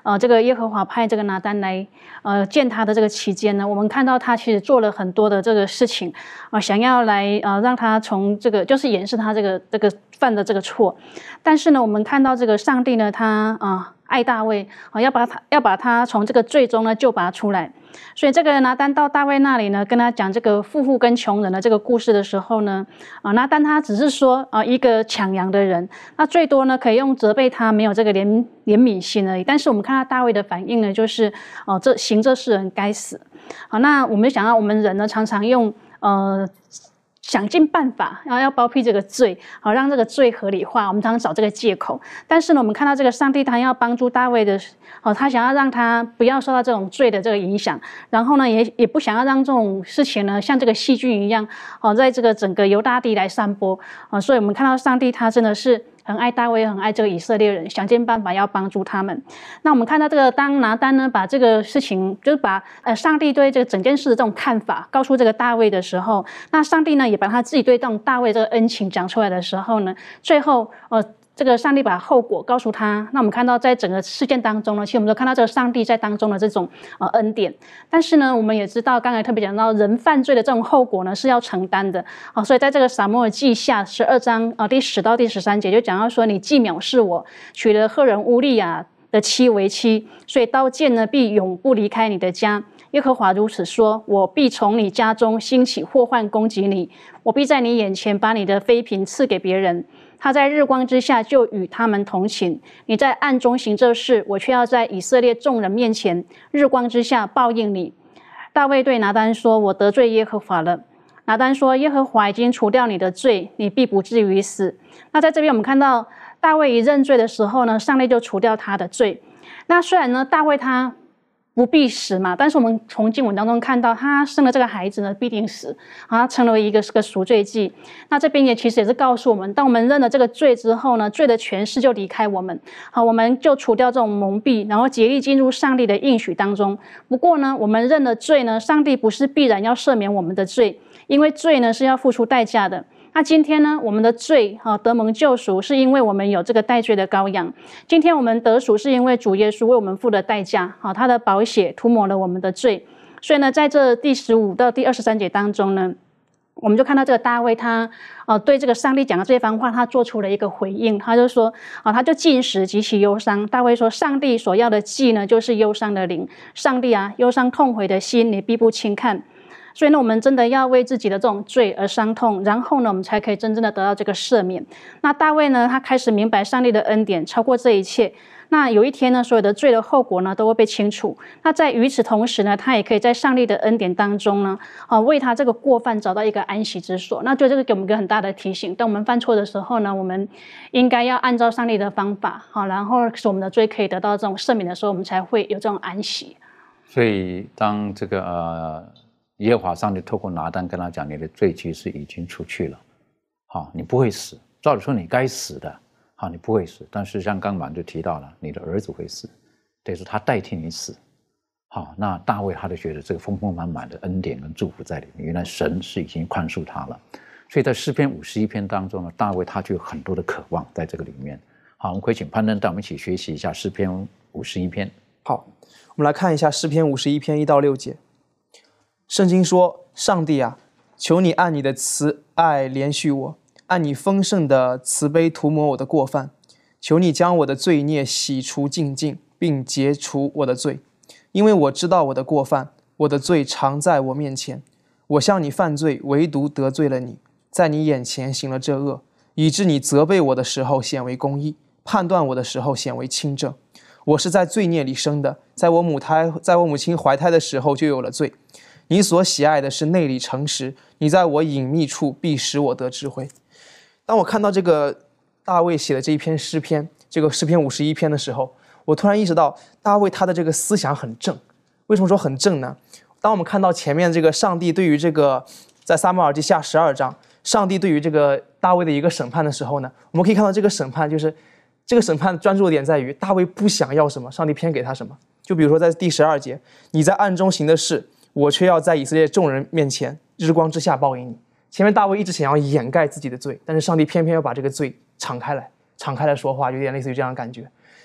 这个耶和华派这个拿单来见他的这个期间呢，我们看到他其实做了很多的这个事情想要来让他从这个就是掩饰他这个犯的这个错。但是呢，我们看到这个上帝呢，他爱大卫要把他从这个罪中呢救拔出来。所以这个拿单到大卫那里呢，跟他讲这个富户跟穷人的这个故事的时候呢，拿单他只是说一个抢羊的人，那最多呢可以用责备他没有这个怜悯心而已。但是我们看到大卫的反应呢，就是行这世人该死。好，那我们想到我们人呢常常用想尽办法，然后要包庇这个罪，好让这个罪合理化。我们常常找这个借口，但是呢，我们看到这个上帝他要帮助大卫的，他想要让他不要受到这种罪的这个影响，然后呢，也不想要让这种事情呢像这个细菌一样，在这个整个犹大地来散播所以我们看到上帝他真的是很爱大卫，很爱这个以色列人，想尽办法要帮助他们。那我们看到这个当拿单呢把这个事情，就是把上帝对这个整件事的这种看法告诉这个大卫的时候，那上帝呢也把他自己对这种大卫这个恩情讲出来的时候呢，最后这个上帝把后果告诉他。那我们看到在整个事件当中呢，其实我们都看到这个上帝在当中的这种恩典。但是呢，我们也知道刚才特别讲到人犯罪的这种后果呢是要承担的所以在这个撒母耳记下12章第10到第13节就讲到说，你既藐视我，娶了赫人乌利亚的妻为妻，所以刀剑呢必永不离开你的家。耶和华如此说，我必从你家中兴起祸患攻击你，我必在你眼前把你的妃嫔赐给别人，他在日光之下就与他们同寝，你在暗中行这事，我却要在以色列众人面前日光之下报应你。大卫对拿单说，我得罪耶和华了。拿单说，耶和华已经除掉你的罪，你必不至于死。那在这边我们看到大卫一认罪的时候呢，上帝就除掉他的罪。那虽然呢大卫他不必死嘛，但是我们从经文当中看到，他生了这个孩子呢必定死他成为一个赎罪祭。那这边其实也是告诉我们，当我们认了这个罪之后呢，罪的权势就离开我们我们就除掉这种蒙蔽，然后竭力进入上帝的应许当中。不过呢，我们认了罪呢，上帝不是必然要赦免我们的罪，因为罪呢是要付出代价的。那今天呢，我们的罪得蒙救赎，是因为我们有这个代罪的羔羊。今天我们得赎，是因为主耶稣为我们付的代价他的宝血涂抹了我们的罪。所以呢，在这第15到第23节当中呢，我们就看到这个大卫他对这个上帝讲的这番话，他做出了一个回应。他就说他就禁食极其忧伤。大卫说，上帝所要的祭呢，就是忧伤的灵。上帝忧伤痛悔的心你必不轻看。所以呢，我们真的要为自己的这种罪而伤痛，然后呢，我们才可以真正的得到这个赦免。那大卫呢，他开始明白上帝的恩典超过这一切。那有一天呢，所有的罪的后果呢，都会被清除。那在与此同时呢，他也可以在上帝的恩典当中呢，为他这个过犯找到一个安息之所。那就这个给我们一个很大的提醒，当我们犯错的时候呢，我们应该要按照上帝的方法然后使我们的罪可以得到这种赦免的时候，我们才会有这种安息。 所以当这个耶和华上帝透过拿单跟他讲，你的罪其实已经除去了你不会死，照理说你该死的你不会死，但是像刚满就提到了，你的儿子会死，等于说他代替你死那大卫他就觉得这个丰丰满满的恩典跟祝福在里面，原来神是已经宽恕他了。所以在诗篇51篇当中呢，大卫他就有很多的渴望在这个里面。好，我们可以请攀登带我们一起学习一下诗篇51篇。 好，我们来看一下诗篇51篇1到6节。圣经说，上帝啊，求你按你的慈爱怜恤我，按你丰盛的慈悲涂抹我的过犯，求你将我的罪孽洗除净尽，并结除我的罪，因为我知道我的过犯，我的罪常在我面前。我向你犯罪，唯独得罪了你，在你眼前行了这恶，以致你责备我的时候显为公义，判断我的时候显为清正。我是在罪孽里生的，在我母亲怀胎的时候就有了罪。你所喜爱的是内里诚实，你在我隐秘处必使我得智慧。当我看到这个大卫写的这一篇诗篇，这个诗篇51篇的时候，我突然意识到大卫他的这个思想很正。为什么说很正呢？当我们看到前面这个上帝对于这个在撒母耳记下12章，上帝对于这个大卫的一个审判的时候呢，我们可以看到这个审判就是这个审判专注的点在于大卫不想要什么，上帝偏给他什么。就比如说在第12节，你在暗中行的事，我却要在以色列众人面前日光之下报应你。前面大卫一直想要掩盖自己的罪，但是上帝偏偏要把这个罪敞开来说话，有点类似于这样的感觉。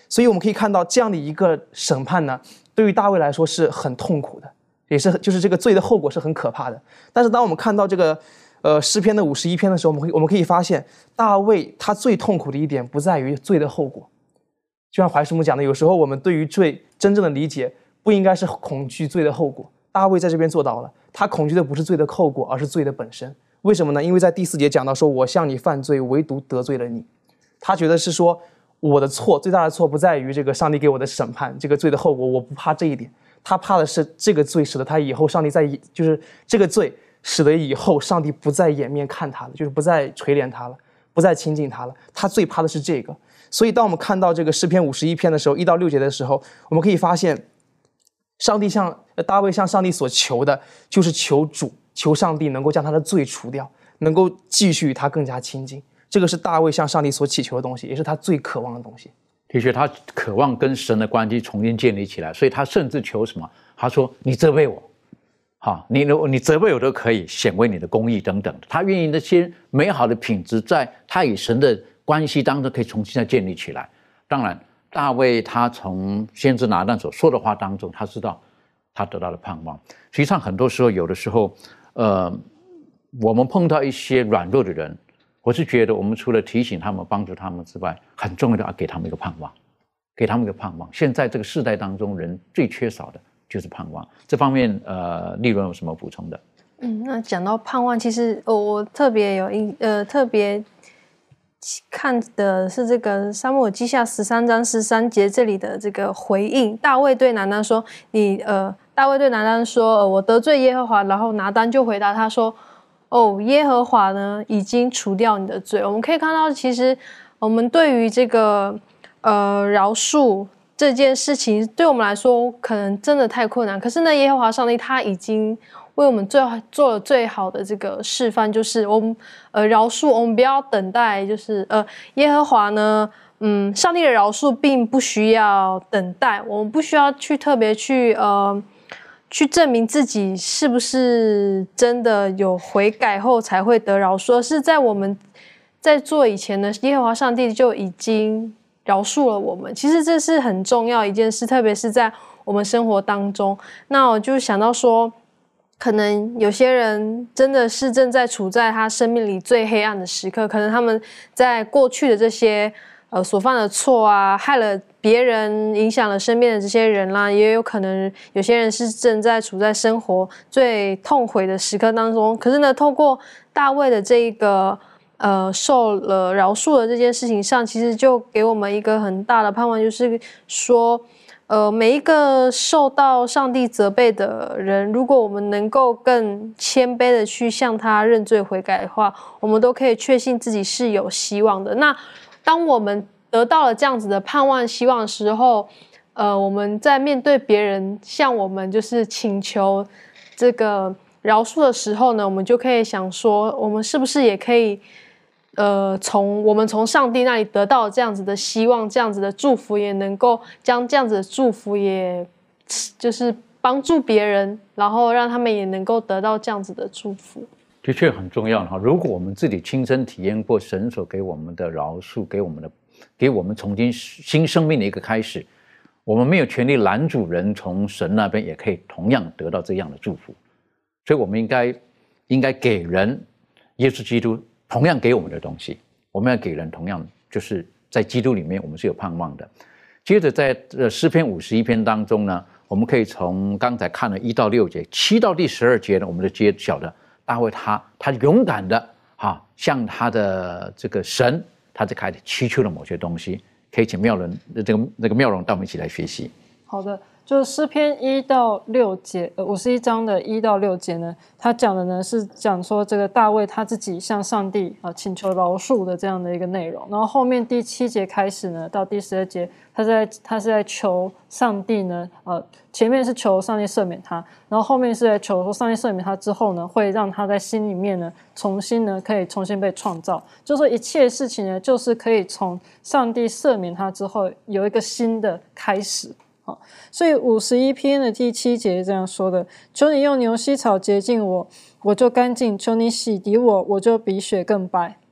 所以我们可以看到这样的一个审判呢，对于大卫来说是很痛苦的，也是就是这个罪的后果是很可怕的。但是当我们看到这个诗篇的51篇的时候，我们可以发现，大卫他最痛苦的一点不在于罪的后果。就像怀师母讲的，有时候我们对于罪真正的理解不应该是恐惧罪的后果。大卫在这边做到了，他恐惧的不是罪的后果，而是罪的本身。为什么呢？因为在第4节讲到说，我向你犯罪，唯独得罪了你。他觉得是说，我的错最大的错不在于这个上帝给我的审判，这个罪的后果，我不怕这一点，他怕的是这个罪使得他以后上帝就是这个罪使得以后上帝不再掩面看他了，就是不再垂怜他了，不再亲近他了。他最怕的是这个。所以当我们看到这个诗篇51篇的时候，1到6节的时候，我们可以发现，大卫向上帝所求的就是求上帝能够将他的罪除掉，能够继续与他更加亲近。这个是大卫向上帝所祈求的东西，也是他最渴望的东西。 的确，他渴望跟神的关系重新建立起来，所以他甚至求什么？他说：“你责备我，好，你责备我都可以，显为你的公义等等。”他愿意那些美好的品质，在他与神的关系当中可以重新再建立起来。当然，大卫他从先知拿但所说的话当中，他知道他得到了盼望。实际上，很多时候，有的时候，我们碰到一些软弱的人，我是觉得我们除了提醒他们、帮助他们之外，很重要的要给他们一个盼望，给他们一个盼望。现在这个世代当中，人最缺少的就是盼望。这方面，立伦有什么补充的？ 那讲到盼望，其实我特别看的是这个撒母耳记下13章13节这里的这个回应。大卫对拿单说：“大卫对拿单说，我得罪耶和华。”然后拿单就回答他说：“哦，耶和华呢已经除掉你的罪。”我们可以看到，其实我们对于这个饶恕这件事情，对我们来说可能真的太困难。可是呢，耶和华上帝他已经为我们做了最好的这个示范，就是我们饶恕，我们不要等待，就是耶和华呢，上帝的饶恕并不需要等待，我们不需要去特别去证明自己是不是真的有悔改后才会得饶恕，而是在我们在做以前呢，耶和华上帝就已经饶恕了我们。其实这是很重要一件事，特别是在我们生活当中。那我就想到说，可能有些人真的是正在处在他生命里最黑暗的时刻，可能他们在过去的这些所犯的错啊，害了别人，影响了身边的这些人啦，也有可能有些人是正在处在生活最痛悔的时刻当中。可是呢，透过大卫的这一个受了饶恕的这件事情上，其实就给我们一个很大的盼望，就是说每一个受到上帝责备的人，如果我们能够更谦卑的去向他认罪悔改的话，我们都可以确信自己是有希望的。那当我们得到了这样子的盼望希望的时候，我们在面对别人向我们就是请求这个饶恕的时候呢，我们就可以想说，我们是不是也可以我们从上帝那里得到这样子的希望，这样子的祝福，也能够将这样子的祝福也就是帮助别人，然后让他们也能够得到这样子的祝福。 的确很重要哈。如果我们自己亲身体验过神所给我们的饶恕，给我们重新新生命的一个开始，我们没有权利拦阻人从神那边也可以同样得到这样的祝福。所以我们应该给人耶稣基督同样给我们的东西，我们要给人同样，就是在基督里面我们是有盼望的。接着在诗篇51篇当中呢，我们可以从刚才看了1到6节，7到第12节呢，我们就揭晓的大卫他勇敢的向他的这个神，他就开始祈求了某些东西。可以请妙伦这个妙容带我们一起来学习。 好的，就是诗篇1到6节，51章的1到6节呢，他讲的呢是讲说这个大卫他自己向上帝请求饶恕的这样的一个内容。然后后面第7节开始呢，到第12节，他是在求上帝呢，前面是求上帝赦免他，然后后面是在求说上帝赦免他之后呢，会让他在心里面呢可以重新被创造。就是说一切事情呢，就是可以从上帝赦免他之后有一个新的开始。所以51篇的第7节这样说的：求你用牛膝草洁净我，我就干净；求你洗涤我，我就比雪更白。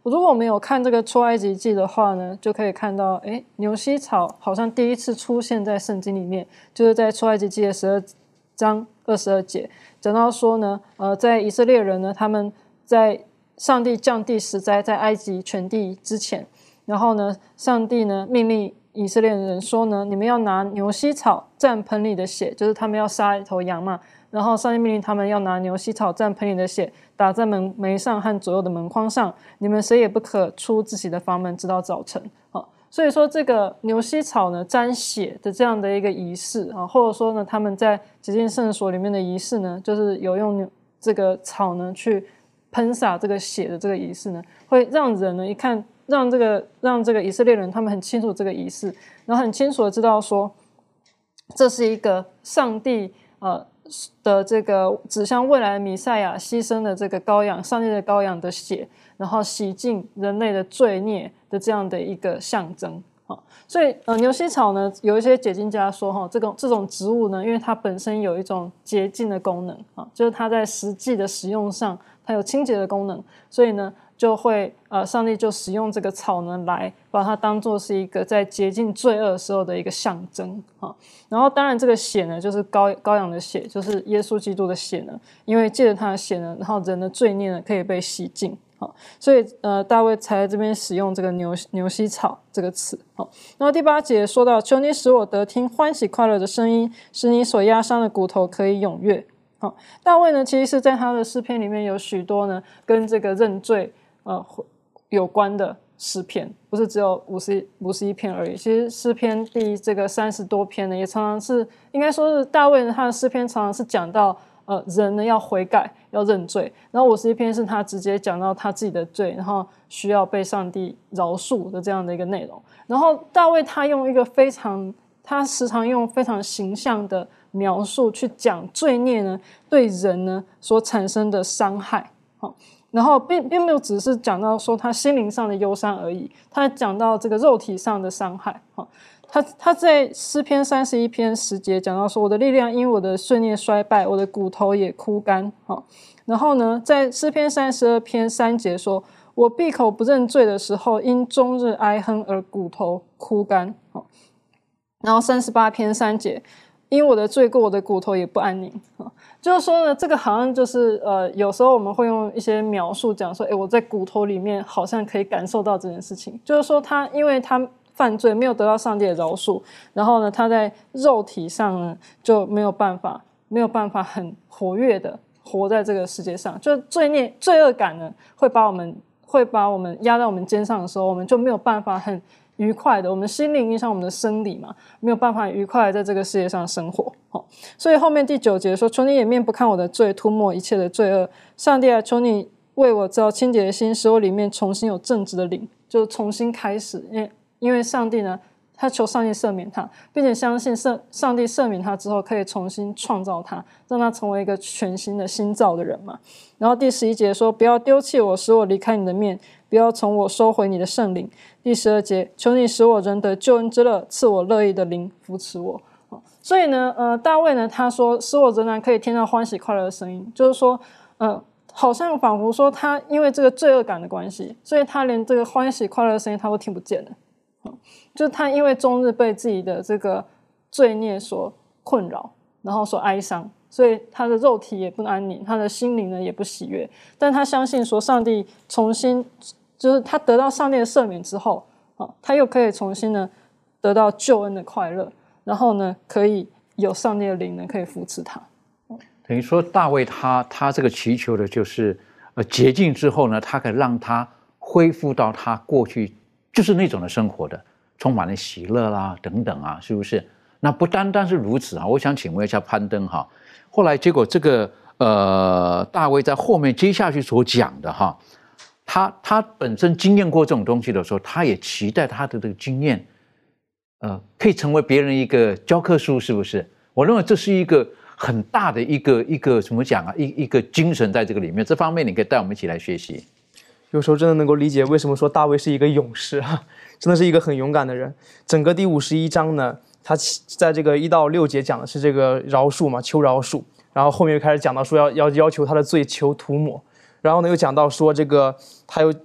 如果我们有看这个出埃及记的话呢，就可以看到，牛膝草好像第一次出现在圣经里面，就是在出埃及记的12章22节，讲到说呢，在以色列人呢，他们在上帝降地十灾在埃及全地之前，然后呢，上帝呢命令以色列人说呢，你们要拿牛膝草蘸盆里的血，就是他们要杀一头羊嘛，然后上帝命令他们要拿牛膝草蘸盆里的血，打在门楣上和左右的门框上，你们谁也不可出自己的房门直到早晨。所以说这个牛膝草呢沾血的这样的一个仪式啊，或者说呢他们在洁净圣所里面的仪式呢，就是有用这个草呢去喷洒这个血的这个仪式呢，会让人呢一看，让这个以色列人他们很清楚这个仪式，然后很清楚的知道说，这是一个上帝的这个指向未来的弥赛亚牺牲的这个羔羊，上帝的羔羊的血，然后洗净人类的罪孽的这样的一个象征。所以牛膝草呢，有一些解经家说这种植物呢，因为它本身有一种洁净的功能就是它在实际的使用上它有清洁的功能，所以呢就会上帝就使用这个草呢来把它当作是一个在洁净罪恶时候的一个象征然后当然这个血呢就是羔羊的血，就是耶稣基督的血呢，因为借着他的血呢，然后人的罪孽呢可以被洗净所以大卫才在这边使用这个牛膝草这个词然后第8节说到，求你使我得听欢喜快乐的声音，使你所压伤的骨头可以踊跃。大卫呢其实是在他的诗篇里面有许多呢跟这个认罪有关的诗篇，不是只有51篇而已。其实诗篇第这个30多篇呢，也常常是应该说是大卫呢他的诗篇常常是讲到人呢要悔改要认罪，然后51篇是他直接讲到他自己的罪，然后需要被上帝饶恕的这样的一个内容。然后大卫他时常用非常形象的描述去讲罪孽呢对人呢所产生的伤害然后并没有只是讲到说他心灵上的忧伤而已，他讲到这个肉体上的伤害他在诗篇31篇10节讲到说，我的力量因我的罪孽衰败，我的骨头也枯干然后呢在诗篇32篇3节说，我闭口不认罪的时候，因终日哀哼而骨头枯干然后38篇3节，因我的罪过，我的骨头也不安宁就是说呢，这个好像就是有时候我们会用一些描述讲说，我在骨头里面好像可以感受到这件事情，就是说因为他犯罪没有得到上帝的饶恕，然后呢他在肉体上呢就没有办法很活跃的活在这个世界上，就罪恶感呢会把我们压在我们肩上的时候，我们就没有办法很愉快的，我们心灵影响我们的生理嘛，没有办法愉快的在这个世界上生活所以后面第9节说，求你掩面不看我的罪，涂抹一切的罪恶，上帝啊，求你为我造清洁的心，使我里面重新有正直的灵，就重新开始，因为上帝呢他求上帝赦免他，并且相信上帝赦免他之后可以重新创造他，让他成为一个全新的新造的人嘛。然后第11节说，不要丢弃我，使我离开你的面，不要从我收回你的圣灵。第12节，求你使我仍得救恩之乐，赐我乐意的灵扶持我。所以呢大卫呢他说，使我仍然可以听到欢喜快乐的声音，就是说好像仿佛说他因为这个罪恶感的关系，所以他连这个欢喜快乐的声音他都听不见了就是他因为终日被自己的这个罪孽所困扰，然后所哀伤，所以他的肉体也不安宁，他的心灵呢也不喜悦，但他相信说上帝重新，就是他得到上帝的赦免之后他又可以重新呢得到救恩的快乐，然后呢可以有上帝的灵呢可以扶持他。 等于说大卫他这个祈求的就是洁净之后呢，他可以让他恢复到他过去就是那种的生活的，充满了喜乐啦等等是不是？那不单单是如此我想请问一下攀登后来结果这个大卫在后面接下去所讲的他本身经验过这种东西的时候，他也期待他的这个经验可以成为别人一个教科书，是不是？我认为这是一个很大的一个怎么讲一个精神在这个里面，这方面你可以带我们一起来学习。 有时候真的能够理解为什么说大卫是一个勇士真的是一个很勇敢的人。整个第51章呢，他在这个1到6节讲的是这个饶恕嘛，求饶恕，然后后面又开始讲到说要求他的罪求涂抹，然后呢又讲到说这个他又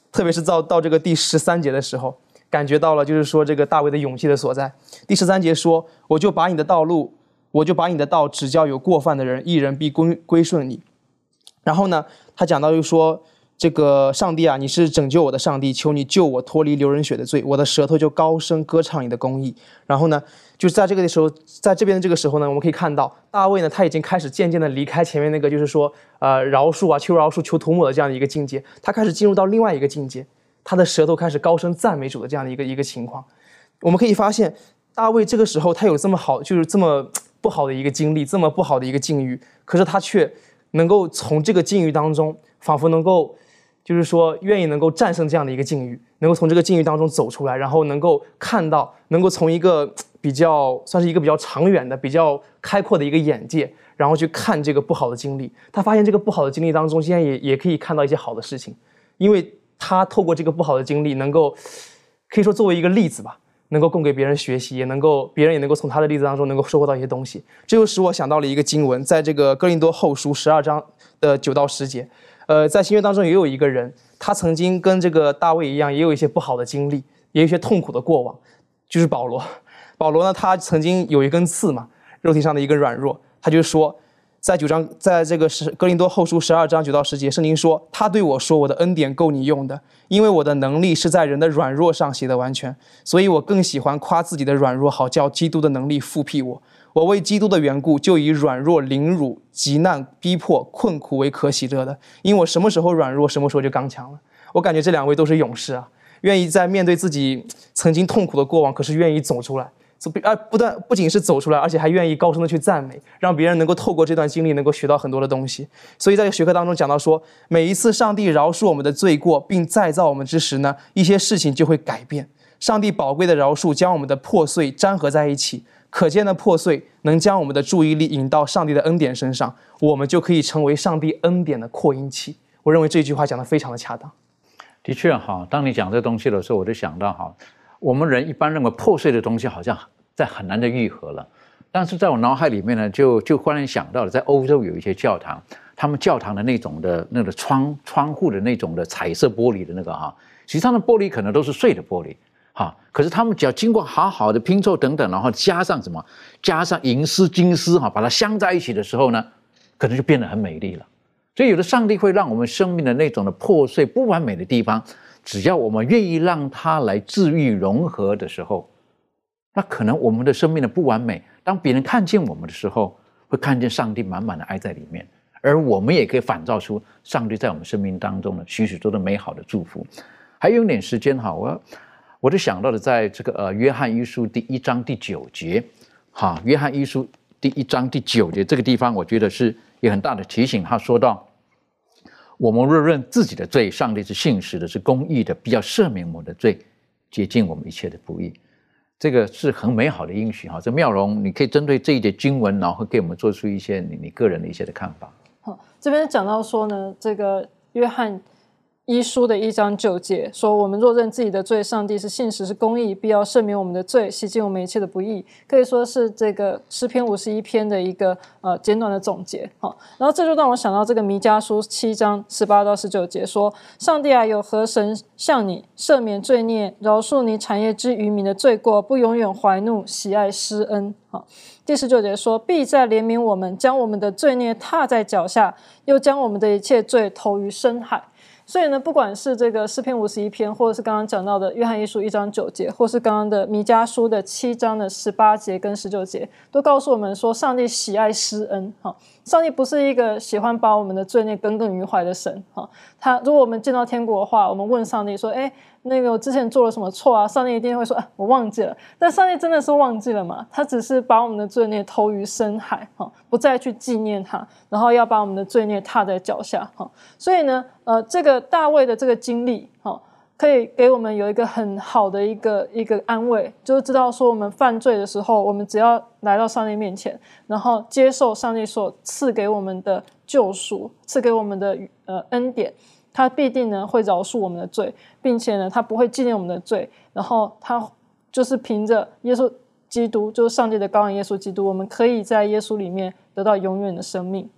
特别是到这个第13节的时候，感觉到了就是说这个大卫的勇气的所在。第13节说：“我就把你的道指教有过犯的人，义人必归顺你。”然后呢，他讲到就说，这个上帝啊，你是拯救我的上帝，求你救我脱离流人血的罪，我的舌头就高声歌唱你的公义。然后呢，就是在这个时候，在这边的这个时候呢，我们可以看到大卫呢，他已经开始渐渐的离开前面那个就是说饶恕啊、求饶恕、求涂抹的这样的一个境界，他开始进入到另外一个境界，他的舌头开始高声赞美主的这样的一个情况。我们可以发现，大卫这个时候他有这么好，就是这么不好的一个经历，这么不好的一个境遇，可是他却能够从这个境遇当中，仿佛能够就是说愿意能够战胜这样的一个境遇，能够从这个境遇当中走出来，然后能够看到，能够从一个算是一个比较长远的、比较开阔的一个眼界，然后去看这个不好的经历。他发现这个不好的经历当中，现在也可以看到一些好的事情，因为他透过这个不好的经历，能够可以说作为一个例子吧，能够供给别人学习，别人也能够从他的例子当中能够收获到一些东西。这就使我想到了一个经文，在这个哥林多后书12章的9到10节。在新约当中也有一个人，他曾经跟这个大卫一样，也有一些不好的经历，也有一些痛苦的过往，就是保罗。保罗呢，他曾经有一根刺嘛，肉体上的一个软弱，他就说，在这个哥林多后书12章9到10节，圣经说，他对我说，我的恩典够你用的，因为我的能力是在人的软弱上显得完全，所以我更喜欢夸自己的软弱，好叫基督的能力复辟我。我为基督的缘故，就以软弱、凌辱、急难、逼迫、困苦为可喜乐的，因为我什么时候软弱，什么时候就刚强了。我感觉这2位都是勇士啊，愿意在面对自己曾经痛苦的过往，可是愿意走出来，不仅是走出来，而且还愿意高声的去赞美，让别人能够透过这段经历能够学到很多的东西。所以在学科当中讲到说，每一次上帝饶恕我们的罪过并再造我们之时呢，一些事情就会改变。上帝宝贵的饶恕将我们的破碎粘合在一起，可见的破碎能将我们的注意力引到上帝的恩典身上，我们就可以成为上帝恩典的扩音器。我认为这句话讲得非常的恰当。 的确哈，当你讲这东西的时候，我就想到哈，我们人一般认为破碎的东西好像很难的愈合了，但是在我脑海里面呢，就忽然想到了，在欧洲有一些教堂，他们教堂的那种的那个窗户的那种的彩色玻璃的那个哈，实际上的玻璃可能都是碎的玻璃。可是他们只要经过好好的拼凑等等，然后加上银丝、金丝把它镶在一起的时候呢，可能就变得很美丽了。所以有的上帝会让我们生命的那种的破碎、不完美的地方，只要我们愿意让它来治愈、融合的时候，那可能我们的生命的不完美，当别人看见我们的时候，会看见上帝满满的爱在里面，而我们也可以反照出上帝在我们生命当中的许许多多美好的祝福。还有点时间哈，我就想到了，在这个约翰一书第1章第9节，约翰一书第1章第9节这个地方，我觉得是也很大的提醒。他说到，我们若认自己的罪，上帝是信实的，是公义的，必要赦免我们的罪，洁净我们一切的不义。这个是很美好的应许哈。这妙容，你可以针对这一节经文，然后给我们做出一些你个人的一些的看法。 好，这边讲到说呢，这个约翰一书的1章9节说，我们若认自己的罪，上帝是信实是公义，必要赦免我们的罪，洗净我们一切的不义。可以说是这个诗篇51篇的一个简短的总结。然后这就让我想到这个弥迦书7章18到19节说，上帝啊，有何神向你赦免罪孽，饶恕你产业之渔民的罪过，不永远怀怒，喜爱施恩。第19节说，必再怜悯我们，将我们的罪孽踏在脚下，又将我们的一切罪投于深海。所以呢，不管是这个诗篇51篇，或者是刚刚讲到的约翰一书1章9节，或是刚刚的弥迦书的7章的18节跟19节，都告诉我们说，上帝喜爱施恩。上帝不是一个喜欢把我们的罪孽耿耿于怀的神。如果我们见到天国的话，我们问上帝说，那个我之前做了什么错啊？上帝一定会说，我忘记了。但上帝真的是忘记了吗？他只是把我们的罪孽投于深海，不再去纪念它，然后要把我们的罪孽踏在脚下。所以呢，这个大卫的这个经历，可以给我们有一个很好的一个安慰，就是知道说我们犯罪的时候，我们只要来到上帝面前，然后接受上帝所赐给我们的救赎，赐给我们的恩典，他必定呢会饶恕我们的罪，并且呢他不会纪念我们的罪，然后他就是凭着耶稣基督，就是上帝的羔羊耶稣基督，我们可以在耶稣里面得到永远的生命。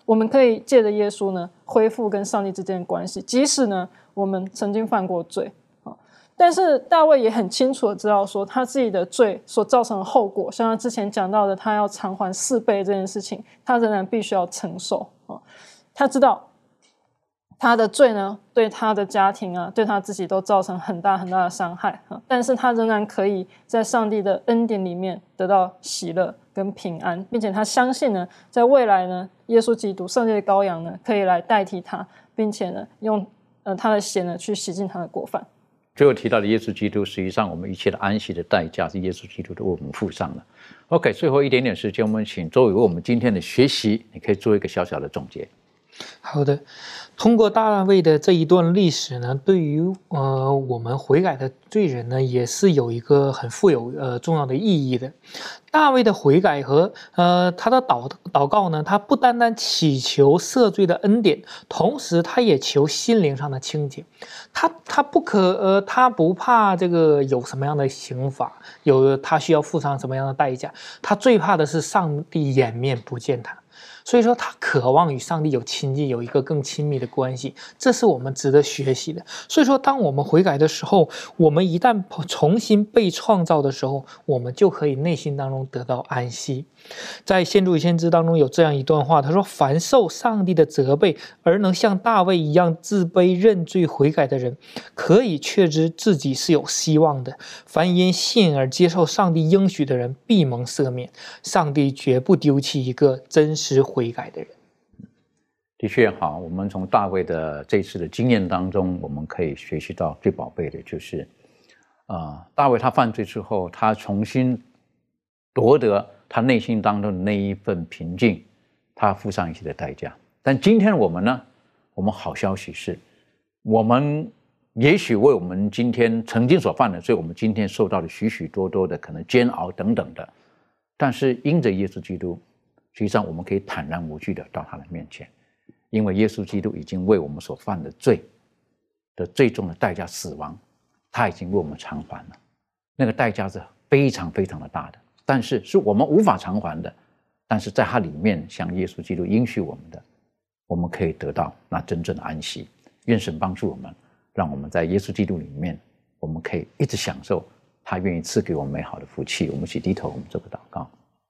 我们可以借着耶稣呢，恢复跟上帝之间的关系，即使呢我们曾经犯过罪。但是大卫也很清楚的知道说，他自己的罪所造成的后果，像他之前讲到的，他要偿还4倍这件事情，他仍然必须要承受。他知道他的罪呢，对他的家庭啊，对他自己都造成很大很大的伤害，但是他仍然可以在上帝的恩典里面得到喜乐跟平安，并且他相信呢，在未来呢，耶稣基督上帝的羔羊呢，可以来代替他，并且呢，用他的血呢去洗净他的过犯。 最后提到的耶稣基督，实际上我们一切的安息的代价是耶稣基督都为我们付上了。OK， 最后一点点时间，我们请周伟为我们今天的学习，你可以做一个小小的总结。 好的，通过大卫的这一段历史呢，对于我们悔改的罪人呢，也是有一个很富有重要的意义的。大卫的悔改和他的祷告呢，他不单单祈求赦罪的恩典，同时他也求心灵上的清洁。他不怕这个有什么样的刑罚，他需要付上什么样的代价，他最怕的是上帝掩面不见他。所以说他渴望与上帝有亲近，有一个更亲密的关系，这是我们值得学习的。所以说当我们悔改的时候，我们一旦重新被创造的时候，我们就可以内心当中得到安息。在先祖与先知当中有这样一段话，他说，凡受上帝的责备而能像大卫一样自卑认罪悔改的人，可以确知自己是有希望的。凡因信而接受上帝应许的人，必蒙赦免。上帝绝不丢弃一个真实悔改的人。 的确好，我们从大卫的这次的经验当中，我们可以学习到最宝贝的就是大卫他犯罪之后，他重新夺得他内心当中的那一份平静，他付上一些的代价。但今天我们呢，我们好消息是，我们也许为我们今天曾经所犯的罪，我们今天受到了许许多多的可能煎熬等等的，但是因着耶稣基督，实际上我们可以坦然无惧的到他的面前，因为耶稣基督已经为我们所犯的罪的最终的代价死亡，他已经为我们偿还了。那个代价是非常非常的大的，但是是我们无法偿还的，但是在它里面像耶稣基督应许我们的，我们可以得到那真正的安息。愿神帮助我们，让我们在耶稣基督里面，我们可以一直享受他愿意赐给我们美好的福气。我们一起低头，我们做个祷告。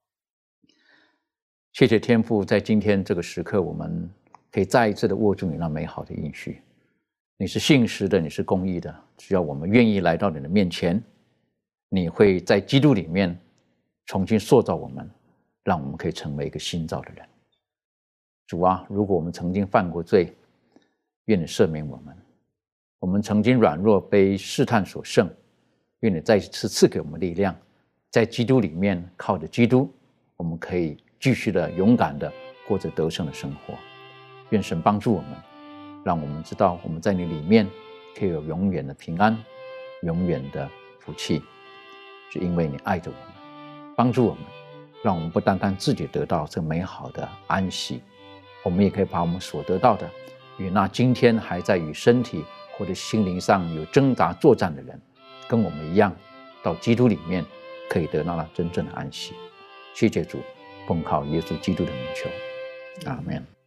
谢谢天父，在今天这个时刻，我们可以再一次的握住你那美好的应许。你是信实的，你是公义的，只要我们愿意来到你的面前，你会在基督里面重新塑造我们，让我们可以成为一个新造的人。主啊，如果我们曾经犯过罪，愿你赦免我们。我们曾经软弱被试探所胜，愿你再一次赐给我们力量，在基督里面靠着基督，我们可以继续的勇敢的过着得胜的生活。愿神帮助我们，让我们知道我们在你里面可以有永远的平安，永远的福气，是因为你爱着我们，帮助我们，让我们不单单自己得到这美好的安息，我们也可以把我们所得到的与那今天还在与身体或者心灵上有挣扎作战的人跟我们一样，到基督里面可以得到那真正的安息。谢谢主，奉靠耶稣基督的名求，阿们。